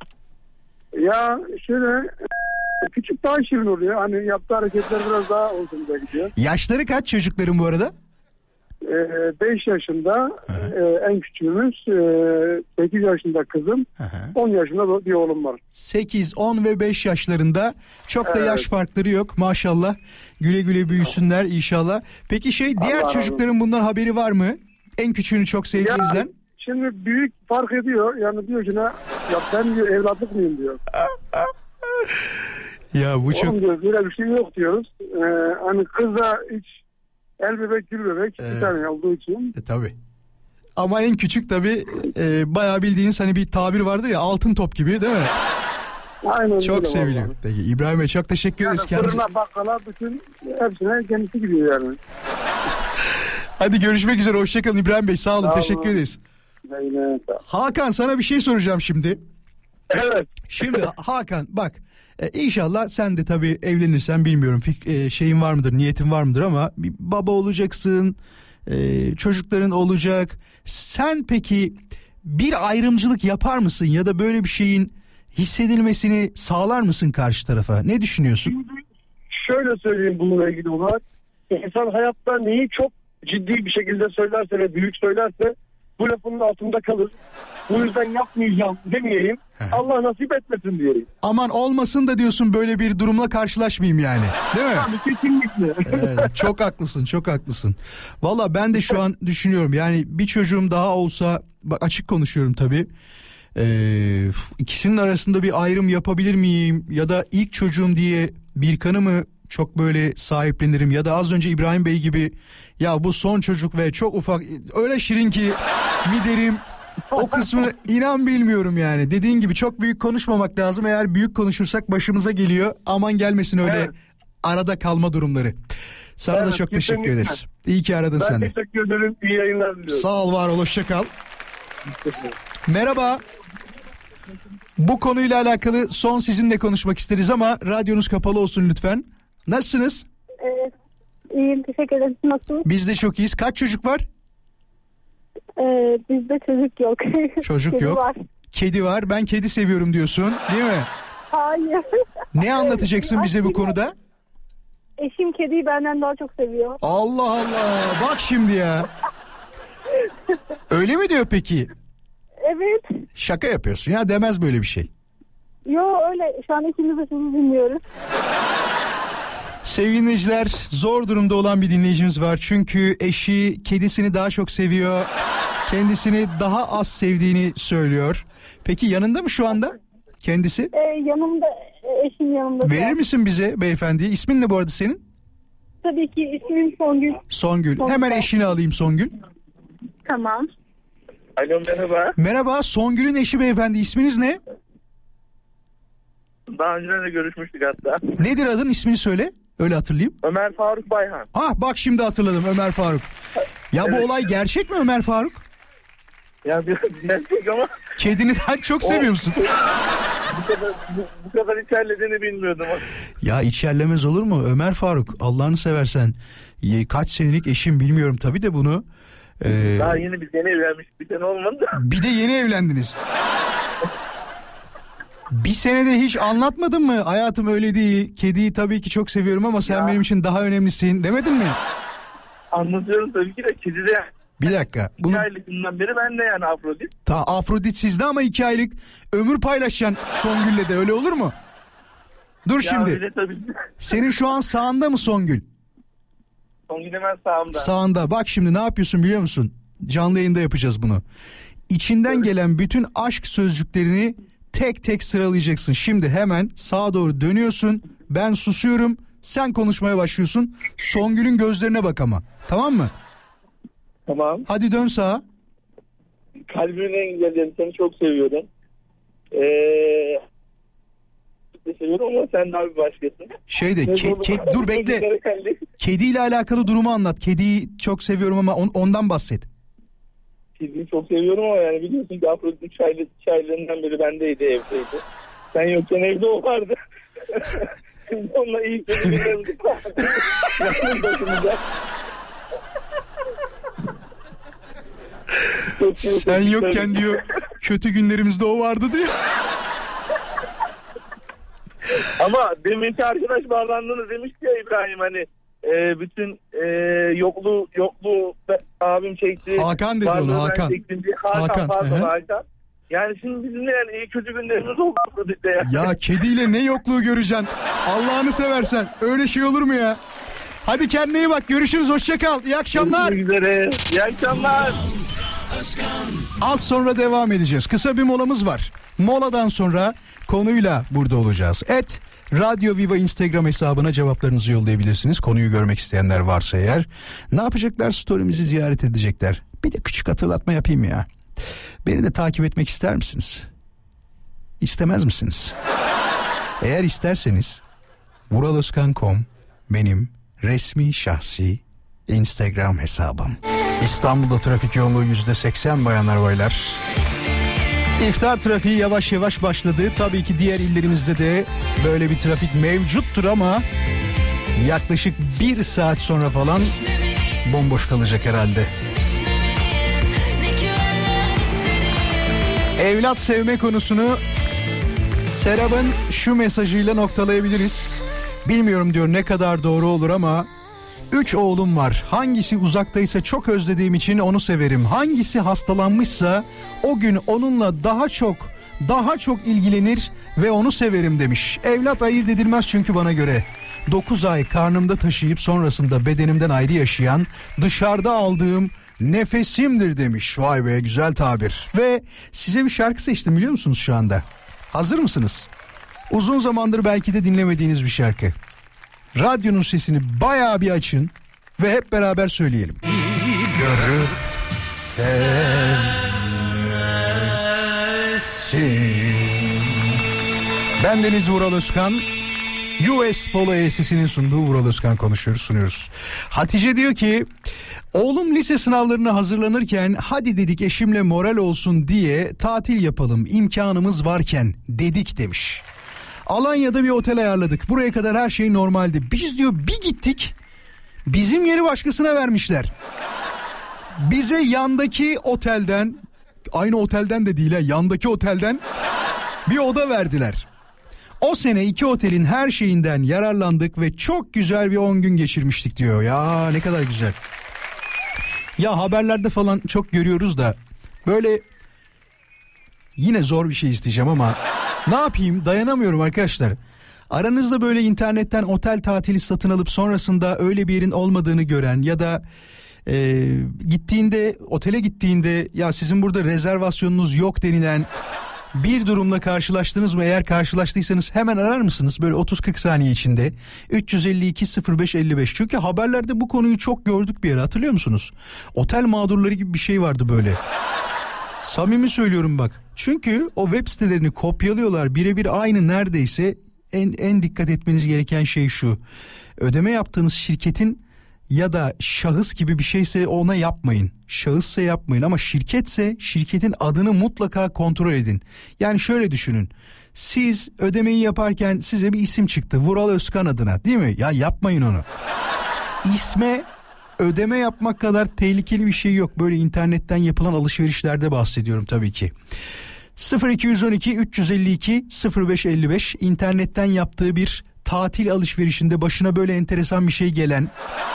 Ya şöyle, küçük daha şirin oluyor. Hani yaptığı hareketler biraz daha hoşumuza gidiyor. Yaşları kaç çocukların bu arada? 5 yaşında en küçüğümüz, 8 yaşında kızım, 10 yaşında bir oğlum var. 8, 10 ve 5 yaşlarında, çok da yaş farkları yok maşallah. Güle güle büyüsünler inşallah. Peki diğer Allah çocukların bundan haberi var mı? En küçüğünü çok sevdiğinizden. Şimdi büyük fark ediyor. Yani diyor ki ya ben diyor evlatlık mıyım diyor. Ya bu çok... Oğlum diyor böyle bir şey yok diyoruz. Hani kız da hiç el bebek gül bebek bir tane olduğu için. Tabii. Ama en küçük tabii bayağı bildiğiniz hani bir tabir vardır ya, altın top gibi değil mi? Aynen. Çok seviliyor. Vallahi. Peki İbrahim Bey çok teşekkür ederiz. Yani fırına bakkala bütün hepsine kendisi gidiyor yani. Hadi görüşmek üzere, hoşçakalın İbrahim Bey, sağ olun, teşekkür ederiz. Aynen. Hakan, sana bir şey soracağım şimdi. Evet. Şimdi Hakan bak, inşallah sen de tabii evlenirsen, bilmiyorum şeyin var mıdır, niyetin var mıdır ama bir baba olacaksın, çocukların olacak. Sen peki bir ayrımcılık yapar mısın ya da böyle bir şeyin hissedilmesini sağlar mısın karşı tarafa? Ne düşünüyorsun? Şöyle söyleyeyim bununla ilgili olarak. İnsan hayatta neyi çok ciddi bir şekilde söylerse ve büyük söylerse bu lafının altında kalır. Bu yüzden yapmayacağım demeyeyim. Allah nasip etmesin diyeyim. Aman olmasın da diyorsun, böyle bir durumla karşılaşmayayım yani. Değil mi? Tabii, kesinlikle. Evet, çok haklısın, çok haklısın. Valla ben de şu an düşünüyorum, yani bir çocuğum daha olsa, bak açık konuşuyorum tabii. İkisinin arasında bir ayrım yapabilir miyim? Ya da ilk çocuğum diye Birkan'ı mı çok böyle sahiplenirim? Ya da az önce İbrahim Bey gibi ya bu son çocuk ve çok ufak, öyle şirin ki mi derim? O kısmını inan bilmiyorum yani. Dediğin gibi çok büyük konuşmamak lazım. Eğer büyük konuşursak başımıza geliyor. Aman gelmesin öyle arada kalma durumları. Sana da çok teşekkür ederiz. İyi ki aradın sen de. Ben teşekkür ederim. İyi yayınlar diliyorum. Sağ ol, var ol, hoşça kal. Merhaba. Bu konuyla alakalı son sizinle konuşmak isteriz ama radyonuz kapalı olsun lütfen. Nasılsınız? İyiyim, teşekkür ederim. Nasılsınız? Biz de çok iyiyiz. Kaç çocuk var? Bizde çocuk yok. Çocuk Kedi yok. var. Kedi var. Ben kedi seviyorum diyorsun, değil mi? Hayır. Ne anlatacaksın bize bu konuda? Eşim kediyi benden daha çok seviyor. Allah Allah. Bak şimdi ya. Öyle mi diyor peki? Evet. Şaka yapıyorsun ya, demez böyle bir şey. Yo öyle. Şu an ikimiz de sizi dinliyoruz. Sevgili dinleyiciler, zor durumda olan bir dinleyicimiz var. Çünkü eşi kedisini daha çok seviyor. Kendisini daha az sevdiğini söylüyor. Peki yanında mı şu anda kendisi? Yanımda, eşim yanımda. Verir misin bize beyefendiye? İsmin ne bu arada senin? Tabii ki, ismim Songül. Songül. Hemen eşini alayım Songül. Tamam. Alo, merhaba. Merhaba, Songül'ün eşi beyefendi, isminiz ne? Daha önce de görüşmüştük hatta. Nedir adın, ismini söyle. Öyle hatırlayayım. Ömer Faruk Bayhan. Bak şimdi hatırladım, Ömer Faruk. Ya bu olay gerçek mi Ömer Faruk? Ya biraz gerçek ama Kedini çok seviyor musun? bu kadar içerlediğini bilmiyordum. Ya içerlemez olur mu Ömer Faruk? Allah'ını seversen. Kaç senelik eşim bilmiyorum tabii de bunu. Daha yeni bir sene evlenmiş, bir sene olmadı. Bir de yeni evlendiniz. Bir senede hiç anlatmadın mı? Hayatım öyle değil. Kediyi tabii ki çok seviyorum ama sen benim için daha önemlisin demedin mi? Anlatıyorum tabii ki de, kedi de Bir dakika. 2 aylıkından beri ben de yani Afrodit. Afrodit sizde ama 2 aylık ömür paylaşacaksın Songül'le de, öyle olur mu? Dur şimdi. Öyle tabii. Senin şu an sağında mı Songül? Songül hemen sağımda. Sağında. Bak şimdi ne yapıyorsun biliyor musun? Canlı yayında yapacağız bunu. İçinden gelen bütün aşk sözcüklerini tek tek sıralayacaksın. Şimdi hemen sağa doğru dönüyorsun. Ben susuyorum. Sen konuşmaya başlıyorsun. Songül'ün gözlerine bak ama. Tamam mı? Tamam. Hadi dön sağa. Kalbimin en güzel yanı, seni çok seviyorum. Seviyorum ama sen daha bir başkasın. Dur bekle. Kediyle alakalı durumu anlat. Kediyi çok seviyorum ama ondan bahset. Kediyi çok seviyorum ama yani biliyorsun ki Afrodit 3 aylarından beri bendeydi, evdeydi. Sen yokken evde o vardı. Şimdi onunla iyi kötü günlerimizi Sen yokken diyor kötü günlerimizde o vardı diyor. Ama deminki arkadaş bağlandığını demişti ya İbrahim, hani bütün yokluğu abim çekti. Hakan dedi onu, Hakan. Hakan. Hakan. Yani şimdi bizim de yani iyi kötü günlerimiz oldu dedik de ya. Ya kediyle ne yokluğu göreceksin? Allah'ını seversen. Öyle şey olur mu ya? Hadi kendine iyi bak. Görüşürüz. Hoşça kal. İyi akşamlar. Görüşmek üzere. İyi akşamlar. Az sonra devam edeceğiz. Kısa bir molamız var. Moladan sonra konuyla burada olacağız. Radyo Viva Instagram hesabına cevaplarınızı yollayabilirsiniz. Konuyu görmek isteyenler varsa eğer. Ne yapacaklar? Story'mizi ziyaret edecekler. Bir de küçük hatırlatma yapayım ya. Beni de takip etmek ister misiniz? İstemez misiniz? Eğer isterseniz vuraloskan.com benim resmi şahsi Instagram hesabım. İstanbul'da trafik yoğunluğu %80 bayanlar baylar. İftar trafiği yavaş yavaş başladı. Tabii ki diğer illerimizde de böyle bir trafik mevcuttur ama yaklaşık 1 saat sonra falan bomboş kalacak herhalde. Evlat sevme konusunu Serap'ın şu mesajıyla noktalayabiliriz. Bilmiyorum diyor ne kadar doğru olur ama 3 oğlum var. Hangisi uzaktaysa çok özlediğim için onu severim. Hangisi hastalanmışsa o gün onunla daha çok ilgilenir ve onu severim demiş. Evlat ayırt edilmez çünkü bana göre. 9 ay karnımda taşıyıp sonrasında bedenimden ayrı yaşayan, dışarıda aldığım nefesimdir demiş. Vay be, güzel tabir. Ve size bir şarkı seçtim biliyor musunuz şu anda? Hazır mısınız? Uzun zamandır belki de dinlemediğiniz bir şarkı. Radyonun sesini bayağı bir açın ve hep beraber söyleyelim. Görüp sevmesin. Ben Deniz Vural Özkan. US Polo ESS'inin sunduğu Vural Özkan sunuyoruz. Hatice diyor ki oğlum lise sınavlarına hazırlanırken hadi dedik eşimle moral olsun diye tatil yapalım imkanımız varken dedik demiş. Alanya'da bir otel ayarladık. Buraya kadar her şey normaldi. Biz diyor bir gittik. Bizim yeri başkasına vermişler. Bize yandaki otelden, aynı otelden de değil ha, yandaki otelden bir oda verdiler. O sene 2 otelin her şeyinden yararlandık ve çok güzel bir 10 gün geçirmiştik diyor. Ya ne kadar güzel. Ya haberlerde falan çok görüyoruz da böyle yine zor bir şey isteyeceğim ama ne yapayım, dayanamıyorum arkadaşlar. Aranızda böyle internetten otel tatili satın alıp sonrasında öyle bir yerin olmadığını gören ya da otele gittiğinde ya sizin burada rezervasyonunuz yok denilen bir durumla karşılaştınız mı? Eğer karşılaştıysanız hemen arar mısınız? Böyle 30-40 saniye içinde 352-05-55. Çünkü haberlerde bu konuyu çok gördük bir ara, hatırlıyor musunuz? Otel mağdurları gibi bir şey vardı böyle. Samimi söylüyorum bak. Çünkü o web sitelerini kopyalıyorlar. Birebir aynı neredeyse. En dikkat etmeniz gereken şey şu. Ödeme yaptığınız şirketin ya da şahıs gibi bir şeyse ona yapmayın. Şahıssa yapmayın ama şirketse şirketin adını mutlaka kontrol edin. Yani şöyle düşünün. Siz ödemeyi yaparken size bir isim çıktı. Vural Özkan adına, değil mi? Ya yapmayın onu. İsme ödeme yapmak kadar tehlikeli bir şey yok. Böyle internetten yapılan alışverişlerde bahsediyorum tabii ki. 0212 352 0555 internetten yaptığı bir tatil alışverişinde başına böyle enteresan bir şey gelen,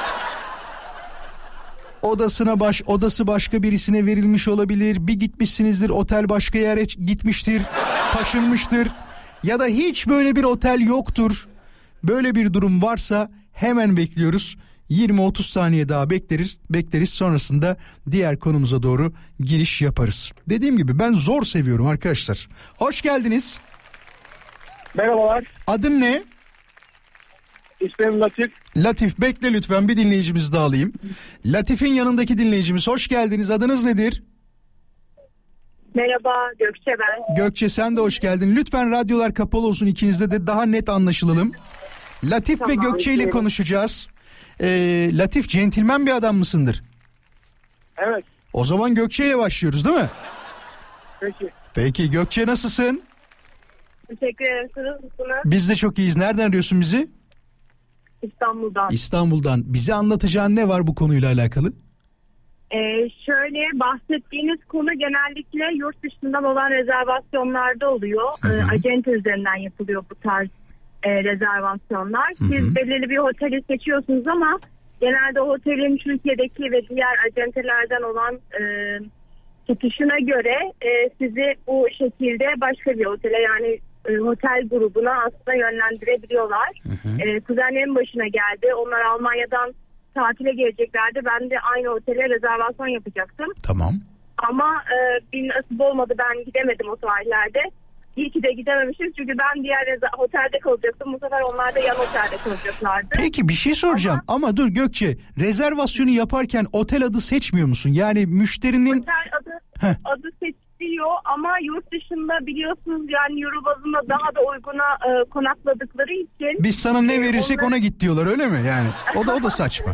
odası başka birisine verilmiş olabilir. Bir gitmişsinizdir, otel başka yere gitmiştir, taşınmıştır ya da hiç böyle bir otel yoktur. Böyle bir durum varsa hemen bekliyoruz. 20-30 saniye daha bekleriz, sonrasında diğer konumuza doğru giriş yaparız. Dediğim gibi ben zor seviyorum arkadaşlar. Hoş geldiniz. Merhabalar. Adın ne? İsmim Latif. Latif, bekle lütfen, bir dinleyicimizi daha alayım. Latif'in yanındaki dinleyicimiz, hoş geldiniz. Adınız nedir? Merhaba, Gökçe ben. Gökçe, sen de hoş geldin. Lütfen radyolar kapalı olsun, ikinizde de daha net anlaşılalım. Latif tamam, ve Gökçe ile konuşacağız. Latif, centilmen bir adam mısındır? Evet. O zaman Gökçe ile başlıyoruz değil mi? Peki. Peki Gökçe, nasılsın? Teşekkür ederim. Siz nasılsınız? Biz de çok iyiyiz. Nereden arıyorsun bizi? İstanbul'dan. İstanbul'dan. Bize anlatacağın ne var bu konuyla alakalı? Şöyle, bahsettiğiniz konu genellikle yurt dışından olan rezervasyonlarda oluyor. Acente üzerinden yapılıyor bu tarz rezervasyonlar. Siz belirli bir oteli seçiyorsunuz ama genelde o otelin Türkiye'deki ve diğer acentelerden olan tutuşuna göre sizi bu şekilde başka bir otele, yani otel grubuna aslında yönlendirebiliyorlar. Kuzenlerim başına geldi. Onlar Almanya'dan tatile geleceklerdi. Ben de aynı otele rezervasyon yapacaktım. Tamam. Ama bir nasip olmadı. Ben gidemedim o tarihlerde. İyi ki de gidememişiz. Çünkü ben diğer otelde kalacaktım. Bu sefer onlar da yan otelde kalacaklardı. Peki bir şey soracağım ama dur Gökçe, rezervasyonu yaparken otel adı seçmiyor musun? Yani müşterinin... Otel adı seçiliyor ama yurt dışında biliyorsunuz yani euro bazında daha da uyguna konakladıkları için... Biz sana ne verirsek ona git diyorlar, öyle mi? Yani o da saçma.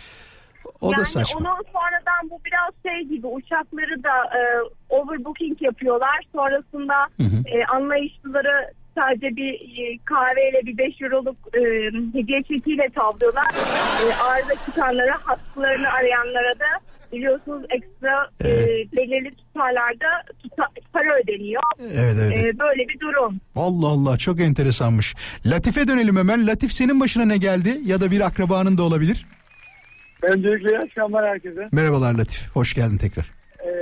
O da saçma. Ondan sonradan bu biraz şey gibi, uçakları da overbooking yapıyorlar. Sonrasında anlayışlıları sadece bir kahveyle bir 5 euroluk hediye çekiyle tavlıyorlar. Arıza çıkanlara, hastalarını arayanlara da biliyorsunuz ekstra belirli tutarlarda para ödeniyor. Evet. Böyle bir durum. Allah Allah, çok enteresanmış. Latif'e dönelim hemen. Latif, senin başına ne geldi? Ya da bir akrabanın da olabilir. Öncelikle iyi akşamlar herkese. Merhabalar Latif. Hoş geldin tekrar.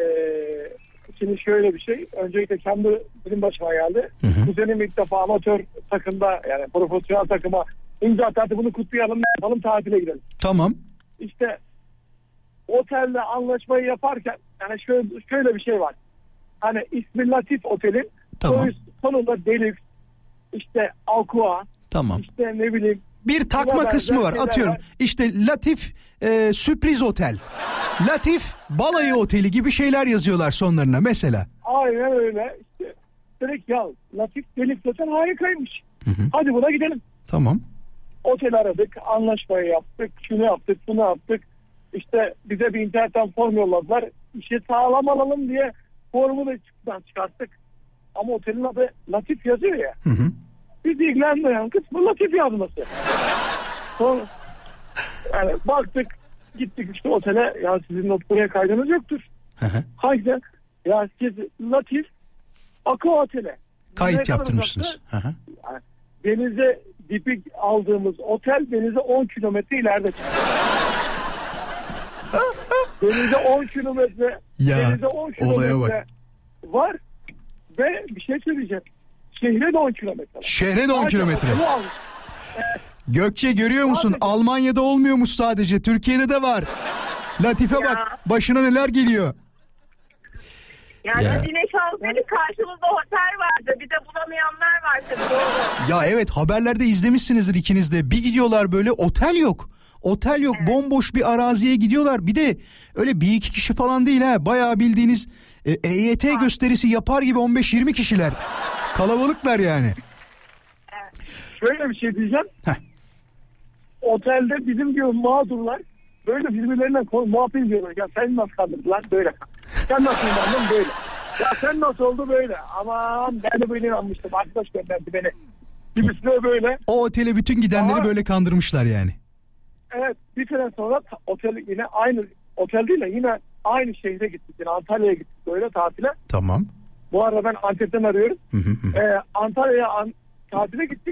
Şimdi şöyle bir şey. Öncelikle benim başıma geldi. Kuzenim ilk defa amatör takımda, yani profesyonel takıma imza attı. Bunu kutlayalım, yapalım, tatile gidelim. Tamam. İşte otelle anlaşmayı yaparken yani şöyle bir şey var. Hani ismi Latif Otel'in, tamam, sonunda Deluxe, işte Aqua, tamam, işte ne bileyim. Bir takma kısmı var. Atıyorum işte Latif sürpriz otel, Latif balayı oteli gibi şeyler yazıyorlar sonlarına mesela. Aynen öyle. İşte direkt ya Latif Deluxe Otel harikaymış. Hadi buna gidelim. Tamam. Otel aradık, anlaşmayı yaptık, şunu yaptık, bunu yaptık. İşte bize bir internetten form yolladılar. İşi sağlam alalım diye formu da çıkarttık. Ama otelin adı Latif yazıyor ya. Biz ilgilenmeyen kısmı Latif yazması. Sonra yani baktık, gittik işte otele. Ya sizin buraya kaydınız yoktur. Haydi ya siz Latif Aqua Otel'e kayıt yaptırmışsınız. Yani denize dipik aldığımız otel denize 10 kilometre ileride çıkıyor. Denize 10 kilometre, denize 10 kilometre var ve bir şey söyleyeceğim. Şehre de 10 kilometre. Şehre de 10 kilometre. Gökçe, görüyor musun? Almanya'da olmuyormuş sadece. Türkiye'de de var. Latife bak, başına neler geliyor. Yani güneş alsaydı karşımızda otel vardı. Bir de bulamayanlar vardı. Doğru. Ya evet, haberlerde izlemişsinizdir ikiniz de. Bir gidiyorlar böyle, otel yok. Otel yok, evet. Bomboş bir araziye gidiyorlar. Bir de öyle bir iki kişi falan değil ha. Bayağı bildiğiniz EYT gösterisi yapar gibi 15-20 kişiler. Kalabalıklar yani. Şöyle bir şey diyeceğim. Otelde bizim gibi mağdurlar böyle birbirlerinden muhabbet ediyorlar. Ya sen nasıl kandırdılar? Böyle. Sen nasıl inandın? Böyle. Ya sen nasıl oldu? Böyle. Aman ben de böyle inanmıştım. Arkadaş gönderdi beni. Gibisine böyle. O otele bütün gidenleri böyle kandırmışlar yani. Evet, bir sene sonra otel yine aynı otel değil de yine aynı şehre gittik. Yani Antalya'ya gittik böyle tatile. Tamam. Bu arada ben Antep'ten arıyorum. Antalya'ya tatile gittik.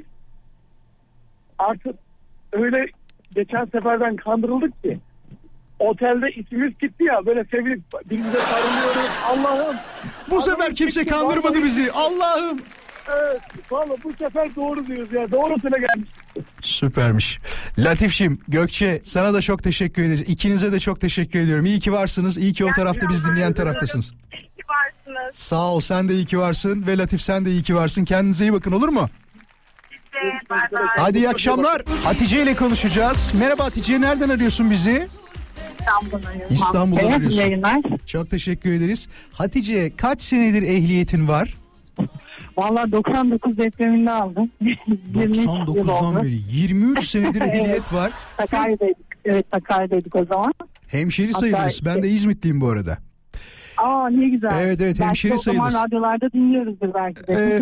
Artık öyle geçen seferden kandırıldık ki otelde ismimiz gitti ya, böyle sevinip birbirimize sarılıyoruz. Allah'ım. Bu sefer kimse kandırmadı bizi. Allah'ım. Evet, vallahi bu sefer doğru diyoruz ya. Doğru otele gelmiş. Süpermiş. Latif'ciğim, Gökçe, sana da çok teşekkür ederiz. İkinize de çok teşekkür ediyorum. İyi ki varsınız. İyi ki o tarafta biz dinleyen taraftasınız. İyi ki varsınız. Sağ ol, sen de iyi ki varsın ve Latif sen de iyi ki varsın. Kendinize iyi bakın, olur mu? Bye bye. Hadi iyi akşamlar. Hatice ile konuşacağız. Merhaba Hatice, nereden arıyorsun bizi? İstanbul'dan arıyorsun. Yayınlar. Çok teşekkür ederiz. Hatice, kaç senedir ehliyetin var? Valla 99 depreminde aldım. 99'dan beri 23 senedir ehliyet var. Sakarya'daydık. Evet, Sakarya'daydık o zaman. Hemşeri sayılırız. Ben de İzmitliyim bu arada. Aa, ne güzel. Evet, hemşeri sayılırız. O zaman radyolarda dinliyoruzdur belki de.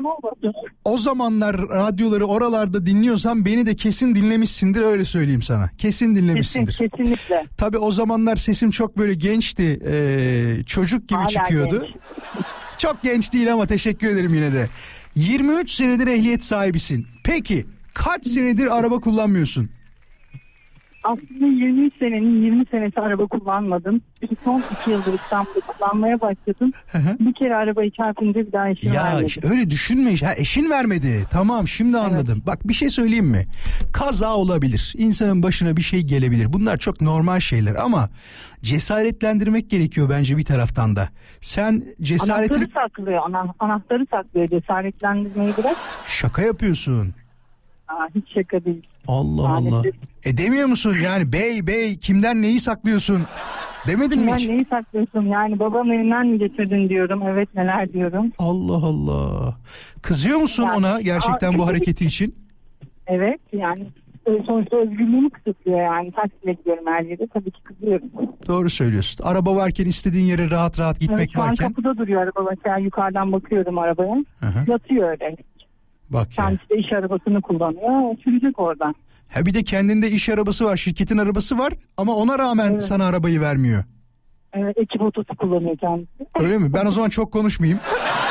O zamanlar radyoları oralarda dinliyorsan beni de kesin dinlemişsindir, öyle söyleyeyim sana. Kesin dinlemişsindir. Kesinlikle. Tabii o zamanlar sesim çok böyle gençti. Çocuk gibi hala çıkıyordu. Genç. Çok genç değil ama teşekkür ederim yine de. 23 senedir ehliyet sahibisin. Peki kaç senedir araba kullanmıyorsun? Aslında 23 senenin 20 senesi araba kullanmadım. Son 2 yıldır İstanbul'da kullanmaya başladım. Bir kere arabayı çarpınca bir daha eşim vermedi. Ya öyle düşünme. Eşin vermedi. Tamam, şimdi anladım. Evet. Bak bir şey söyleyeyim mi? Kaza olabilir. İnsanın başına bir şey gelebilir. Bunlar çok normal şeyler ama cesaretlendirmek gerekiyor bence bir taraftan da. Sen cesaretini... Anahtarı saklıyor. Cesaretlendirmeyi bırak. Şaka yapıyorsun. Hiç şaka değil. Allah Allah. Demiyor musun yani bey kimden neyi saklıyorsun? Demedin mi hiç? Kimden neyi saklıyorsun yani babam evinden mi getirdin diyorum. Evet, neler diyorum. Allah Allah. Kızıyor musun yani, ona gerçekten bu hareketi için? Evet yani sonuçta özgürlüğümü kısıtlıyor yani. Taksi bekliyorum her yerde, tabii ki kızıyorum. Doğru söylüyorsun. Araba varken istediğin yere rahat rahat gitmek evet, varken. Şu an kapıda duruyor araba varken, yukarıdan bakıyorum arabaya. Hı-hı. Yatıyor öyle. Bak ya. Kendisi de iş arabasını kullanıyor. Sürecek oradan. Ha bir de kendinde iş arabası var, şirketin arabası var ama ona rağmen evet, sana arabayı vermiyor. Evet, ekip otosu kullanıyor kendisi. Öyle mi? Ben o zaman çok konuşmayayım.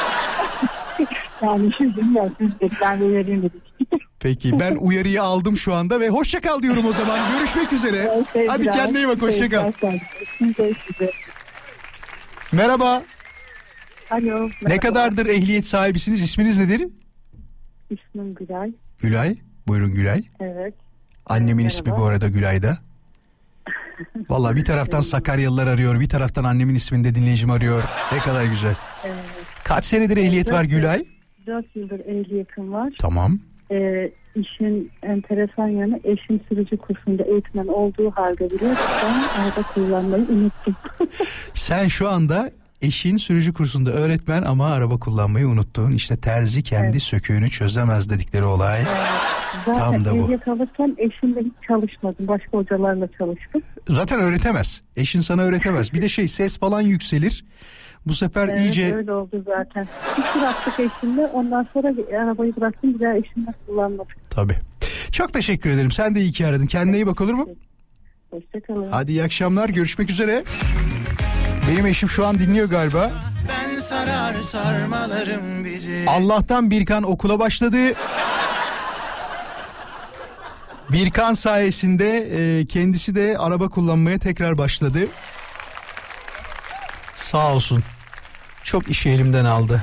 Yani şimdi ben de uyarayım dedik. Peki ben uyarıyı aldım şu anda ve hoşça kal diyorum o zaman. Görüşmek üzere. Hadi kendine iyi bak, hoşça kal. Merhaba. Alo. Merhaba. Ne kadardır ehliyet sahibisiniz? İsminiz nedir? İsmim Gülay. Gülay. Buyurun Gülay. Evet. Annemin merhaba. ismi bu arada Gülay'da. Vallahi bir taraftan Sakaryalılar arıyor, bir taraftan annemin isminde dinleyicim arıyor. Ne kadar güzel. Evet. Kaç senedir ehliyet var Gülay? 4 yıldır ehliyetim var. Tamam. İşin enteresan yanı, eşim sürücü kursunda eğitmen olduğu halde bile ben araba kullanmayı unuttum. Sen şu anda eşin sürücü kursunda öğretmen ama araba kullanmayı unuttun. İşte terzi kendi söküğünü çözemez dedikleri olay. Zaten tam da bu. Ehliyet alırken eşimle hiç çalışmadım. Başka hocalarla çalıştım. Zaten öğretemez. Eşin sana öğretemez. Bir de ses falan yükselir. Bu sefer iyice... öyle oldu zaten. Bir tur attık eşimle. Ondan sonra arabayı bıraktım. Bir daha eşimle kullanmadım. Tabii. Çok teşekkür ederim. Sen de iyi ki aradın. Kendine iyi bak, olur mu? Hoşçakalın. Hadi iyi akşamlar. Görüşmek üzere. Benim eşim şu an dinliyor galiba. Ben sarar sarmalarım bizi. Allah'tan Birkan okula başladı. Birkan sayesinde kendisi de araba kullanmaya tekrar başladı. Sağ olsun. Çok işi elimden aldı.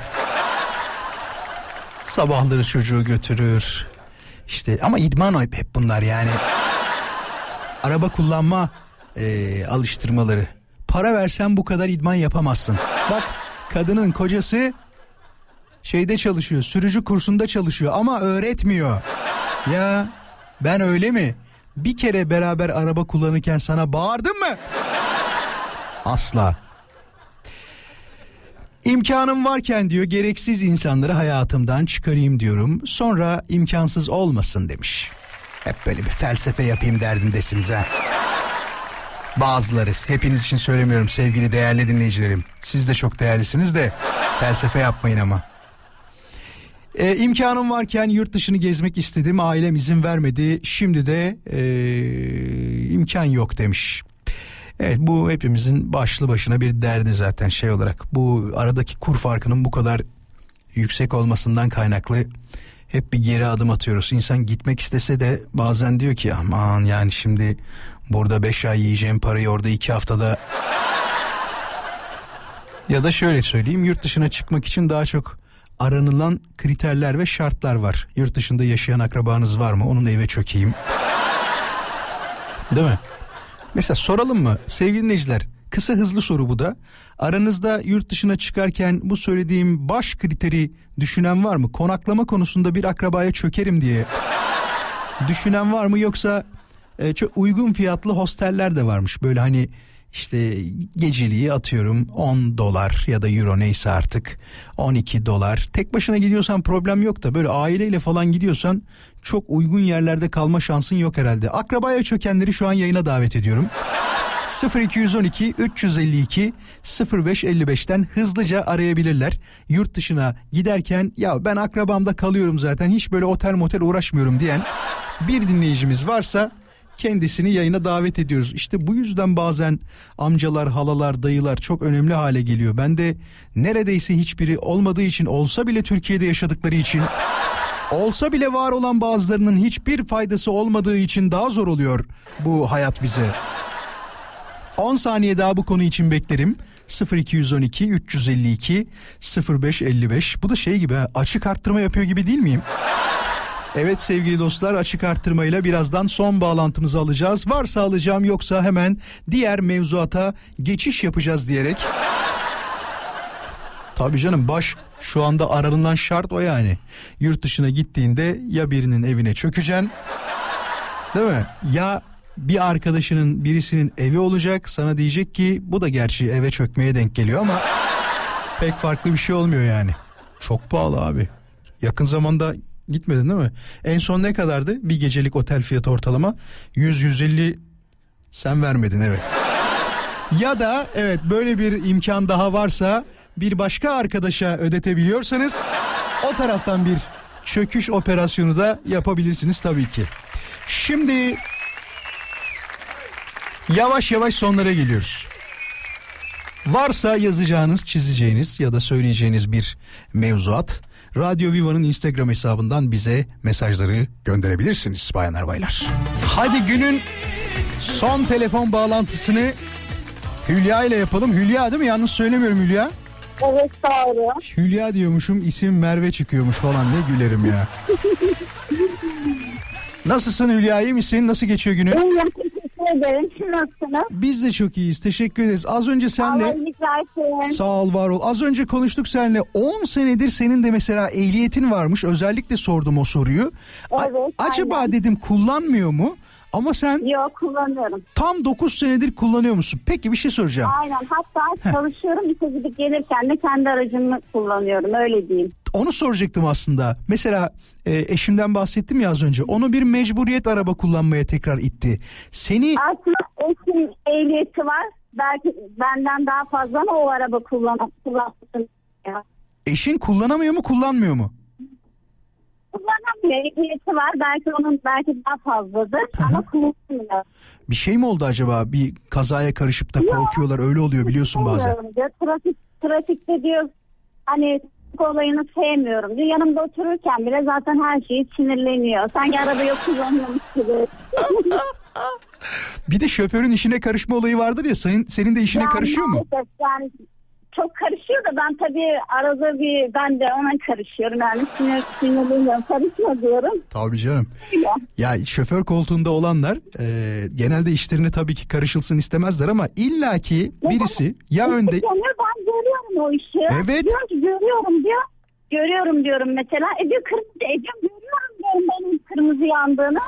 Sabahları çocuğu götürür. İşte ama idman hep bunlar yani. Araba kullanma alıştırmaları. Para versen bu kadar idman yapamazsın. Bak kadının kocası şeyde çalışıyor, sürücü kursunda çalışıyor ama öğretmiyor. Ya ben öyle mi? Bir kere beraber araba kullanırken sana bağırdım mı? Asla. İmkanım varken diyor gereksiz insanları hayatımdan çıkarayım diyorum. Sonra imkansız olmasın demiş. Hep böyle bir felsefe yapayım derdindesiniz ha. Bazıları, hepiniz için söylemiyorum sevgili değerli dinleyicilerim. Siz de çok değerlisiniz de felsefe yapmayın ama. İmkanım varken yurt dışını gezmek istedim. Ailem izin vermedi. Şimdi de imkan yok demiş. Evet, bu hepimizin başlı başına bir derdi zaten şey olarak. Bu aradaki kur farkının bu kadar yüksek olmasından kaynaklı hep bir geri adım atıyoruz. İnsan gitmek istese de bazen diyor ki aman yani şimdi burada 5 ay yiyeceğim parayı orada 2 haftada... Ya da şöyle söyleyeyim, yurt dışına çıkmak için daha çok aranılan kriterler ve şartlar var. Yurt dışında yaşayan akrabanız var mı? Onun eve çökeyim. Değil mi? Mesela soralım mı sevgili dinleyiciler? Kısa hızlı soru bu da. Aranızda yurt dışına çıkarken bu söylediğim baş kriteri düşünen var mı? Konaklama konusunda bir akrabaya çökerim diye düşünen var mı? Yoksa çok uygun fiyatlı hosteller de varmış. Böyle hani işte geceliği atıyorum $10 ya da euro neyse artık $12. Tek başına gidiyorsan problem yok da böyle aileyle falan gidiyorsan çok uygun yerlerde kalma şansın yok herhalde. Akrabaya çökenleri şu an yayına davet ediyorum. 0212 352 0555'ten hızlıca arayabilirler. Yurt dışına giderken ya ben akrabamda kalıyorum zaten hiç böyle otel motel uğraşmıyorum diyen bir dinleyicimiz varsa kendisini yayına davet ediyoruz. İşte bu yüzden bazen amcalar, halalar, dayılar çok önemli hale geliyor. Ben de neredeyse hiçbiri olmadığı için, olsa bile Türkiye'de yaşadıkları için Olsa bile var olan bazılarının hiçbir faydası olmadığı için daha zor oluyor bu hayat bize. 10 saniye daha bu konu için beklerim. 0212 352 0555. Bu da şey gibi, açık arttırma yapıyor gibi değil miyim? Evet sevgili dostlar, açık arttırmayla birazdan son bağlantımızı alacağız. Varsa alacağım, yoksa hemen diğer mevzuata geçiş yapacağız diyerek. Tabii canım, şu anda aranılan şart o yani. Yurt dışına gittiğinde ya birinin evine çökeceksin, değil mi? Ya bir arkadaşının, birisinin evi olacak, sana diyecek ki, bu da gerçi eve çökmeye denk geliyor ama pek farklı bir şey olmuyor yani. Çok pahalı abi. Yakın zamanda gitmedin değil mi? En son ne kadardı? Bir gecelik otel fiyatı ortalama 100-150, sen vermedin evet. Ya da evet, böyle bir imkan daha varsa, bir başka arkadaşa ödetebiliyorsanız o taraftan bir çöküş operasyonu da yapabilirsiniz tabii ki. Şimdi yavaş yavaş sonlara geliyoruz. Varsa yazacağınız, çizeceğiniz ya da söyleyeceğiniz bir mevzuat, Radyo Viva'nın Instagram hesabından bize mesajları gönderebilirsiniz bayanlar baylar. Hadi günün son telefon bağlantısını Hülya ile yapalım. Hülya değil mi? Yalnız söylemiyorum Hülya. Evet, doğru. Hülya diyormuşum, isim Merve çıkıyormuş falan, ne gülerim ya. Nasılsın Hülya, iyi misin? Nasıl geçiyor günün? İyiyim, teşekkür ederim. Siz nasılsınız? Biz de çok iyiyiz, teşekkür ederiz. Az önce senle... Sağ ol, var ol. Az önce konuştuk seninle. 10 senedir senin de mesela ehliyetin varmış. Özellikle sordum o soruyu. Evet, acaba aynen. dedim kullanmıyor mu? Ama sen... Yok, kullanıyorum. Tam 9 senedir kullanıyor musun? Peki bir şey soracağım. Aynen, hatta çalışıyorum, işe gidip gelirken de kendi aracımı kullanıyorum, öyle diyeyim. Onu soracaktım aslında. Mesela eşimden bahsettim ya az önce. Onu bir mecburiyet araba kullanmaya tekrar itti. Seni... Aslında eşim ehliyeti var. Belki benden daha fazla ama o araba kullansın. Eşin kullanamıyor mu, kullanmıyor mu? Kullanamıyor. Ehliyeti var. Belki daha fazladır. Ama kullanmıyor. Bir şey mi oldu acaba? Bir kazaya karışıp da korkuyorlar. Öyle oluyor biliyorsun bazen. Diyor. Trafikte diyor, hani olayını sevmiyorum diyor. Yanımda otururken bile zaten her şeyi sinirleniyor. Sanki arabayı kullanıyormuş gibi. Bir de şoförün işine karışma olayı vardır ya, senin de işine karışıyor mu? Yani çok karışıyor da ben tabii arada ben de ona karışıyorum. Yani sinirleniyorum. Karışma diyorum. Tabii canım. Ya şoför koltuğunda olanlar genelde işlerine tabii ki karışılsın istemezler ama illaki birisi ya önde... Ben görüyorum o işi. Evet. Diyor ki görüyorum diyor. Görüyorum diyorum mesela. Diyor kırmızı ediyorum. Görüyorum diyorum benim kırmızı yandığını.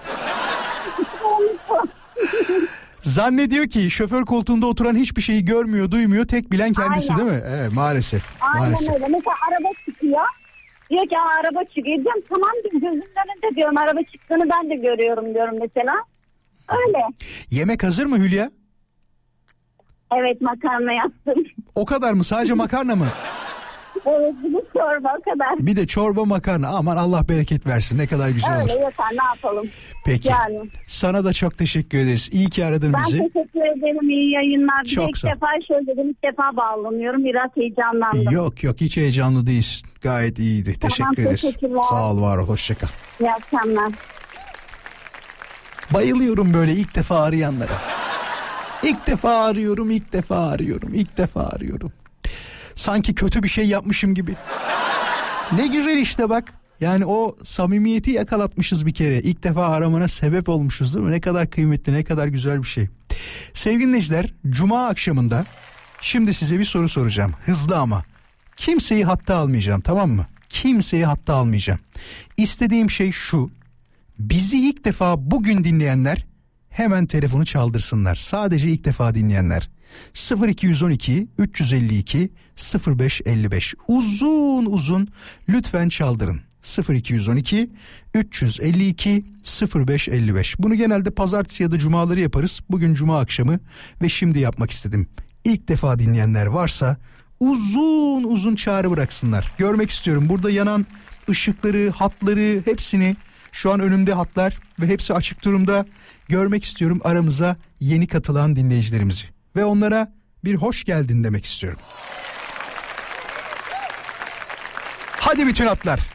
Zannediyor ki şoför koltuğunda oturan hiçbir şeyi görmüyor, duymuyor. Tek bilen kendisi. Aynen. Değil mi? Evet, maalesef. Aynen maalesef. Öyle. Mesela araba çıkıyor. Diyor ki araba çıkıyor. Diyorum tamam diyorum, gözümün önünde diyorum. Araba çıktığını ben de görüyorum diyorum mesela. Öyle. Yemek hazır mı Hülya? Evet, makarna yaptım. O kadar mı? Sadece makarna mı? Evet, bir de çorba, o kadar. Bir de çorba, makarna. Aman Allah bereket versin. Ne kadar güzel olur. Öyle yeter, ne yapalım. Peki. Yani. Sana da çok teşekkür ederiz. İyi ki aradın bizi. Ben teşekkür ederim. İyi yayınlar. Çok ilk defa ilk defa bağlanıyorum. Biraz heyecanlandım. Yok hiç heyecanlı değilsin. Gayet iyiydi. Tamam, teşekkür ederiz. Sağ ol, var ol. Hoşça kal. İyi akşamlar. Bayılıyorum böyle ilk defa arayanlara. İlk defa arıyorum. Sanki kötü bir şey yapmışım gibi. Ne güzel işte bak. Yani o samimiyeti yakalatmışız bir kere. İlk defa aramana sebep olmuşuz değil mi? Ne kadar kıymetli, ne kadar güzel bir şey. Sevgili dinleyiciler, Cuma akşamında şimdi size bir soru soracağım. Hızlı ama. Kimseyi hatta almayacağım, tamam mı? Kimseyi hatta almayacağım. İstediğim şey şu. Bizi ilk defa bugün dinleyenler hemen telefonu çaldırsınlar. Sadece ilk defa dinleyenler. 0212 352 0555 uzun lütfen çaldırın. 0212 352 0555. Bunu genelde pazartesi ya da cumaları yaparız. Bugün cuma akşamı ve şimdi yapmak istedim. İlk defa dinleyenler varsa uzun çağrı bıraksınlar. Görmek istiyorum. Burada yanan ışıkları, hatları, hepsini, şu an önümde hatlar ve hepsi açık durumda. Görmek istiyorum aramıza yeni katılan dinleyicilerimizi ve onlara bir hoş geldin demek istiyorum. Hadi bütün hatlar.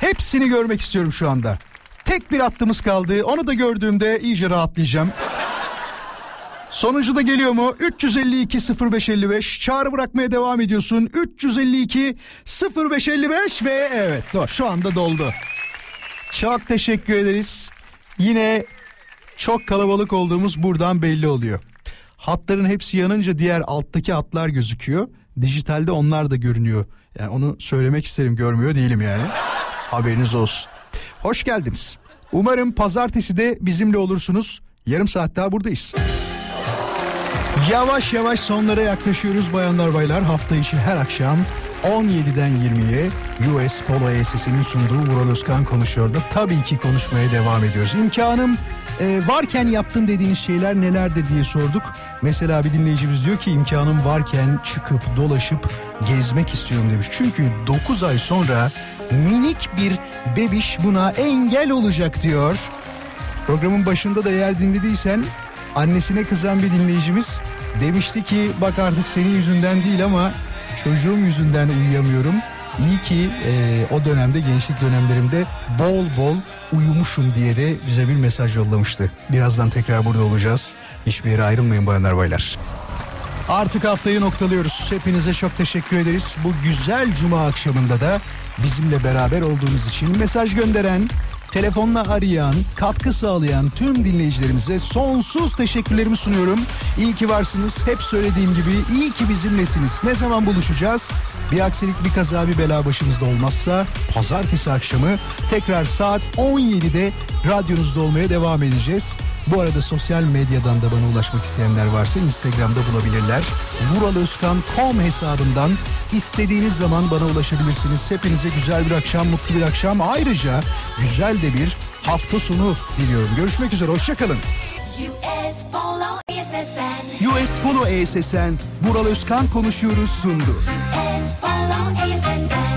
Hepsini görmek istiyorum şu anda. Tek bir hattımız kaldı. Onu da gördüğümde iyice rahatlayacağım. Sonuncu da geliyor mu? 352 0555. Çağrı bırakmaya devam ediyorsun. 352 0555 ve evet şu anda doldu. Çok teşekkür ederiz. Yine çok kalabalık olduğumuz buradan belli oluyor. Hatların hepsi yanınca diğer alttaki hatlar gözüküyor. Dijitalde onlar da görünüyor. Yani onu söylemek isterim, görmüyor değilim yani. Haberiniz olsun. Hoş geldiniz. Umarım pazartesi de bizimle olursunuz. Yarım saat daha buradayız. Yavaş yavaş sonlara yaklaşıyoruz bayanlar baylar. Hafta içi her akşam 17'den 20'ye US Polo ESS'nin sunduğu Vural Özkan Konuşuyor'da tabii ki konuşmaya devam ediyoruz. İmkanım varken yaptın dediğiniz şeyler nelerdir diye sorduk. Mesela bir dinleyicimiz diyor ki imkanım varken çıkıp dolaşıp gezmek istiyorum demiş. Çünkü 9 ay sonra minik bir bebiş buna engel olacak diyor. Programın başında da eğer dinlediysen annesine kızan bir dinleyicimiz demişti ki bak artık senin yüzünden değil ama çocuğum yüzünden uyuyamıyorum. İyi ki o dönemde, gençlik dönemlerimde bol bol uyumuşum diye de bize bir mesaj yollamıştı. Birazdan tekrar burada olacağız. Hiçbir yere ayrılmayın bayanlar baylar. Artık haftayı noktalıyoruz. Hepinize çok teşekkür ederiz. Bu güzel cuma akşamında da bizimle beraber olduğunuz için mesaj gönderen, telefonla arayan, katkı sağlayan tüm dinleyicilerimize sonsuz teşekkürlerimi sunuyorum. İyi ki varsınız. Hep söylediğim gibi iyi ki bizimlesiniz. Ne zaman buluşacağız? Bir aksilik, bir kaza, bir bela başınızda olmazsa pazartesi akşamı tekrar saat 17'de radyonuzda olmaya devam edeceğiz. Bu arada sosyal medyadan da bana ulaşmak isteyenler varsa Instagram'da bulabilirler. vuralozkan.com hesabından istediğiniz zaman bana ulaşabilirsiniz. Hepinize güzel bir akşam, mutlu bir akşam. Ayrıca güzel de bir hafta sonu diliyorum. Görüşmek üzere, hoşçakalın. US Polo ESSN, Vural Özkan Konuşuyoruz sundu. US Polo ESSN.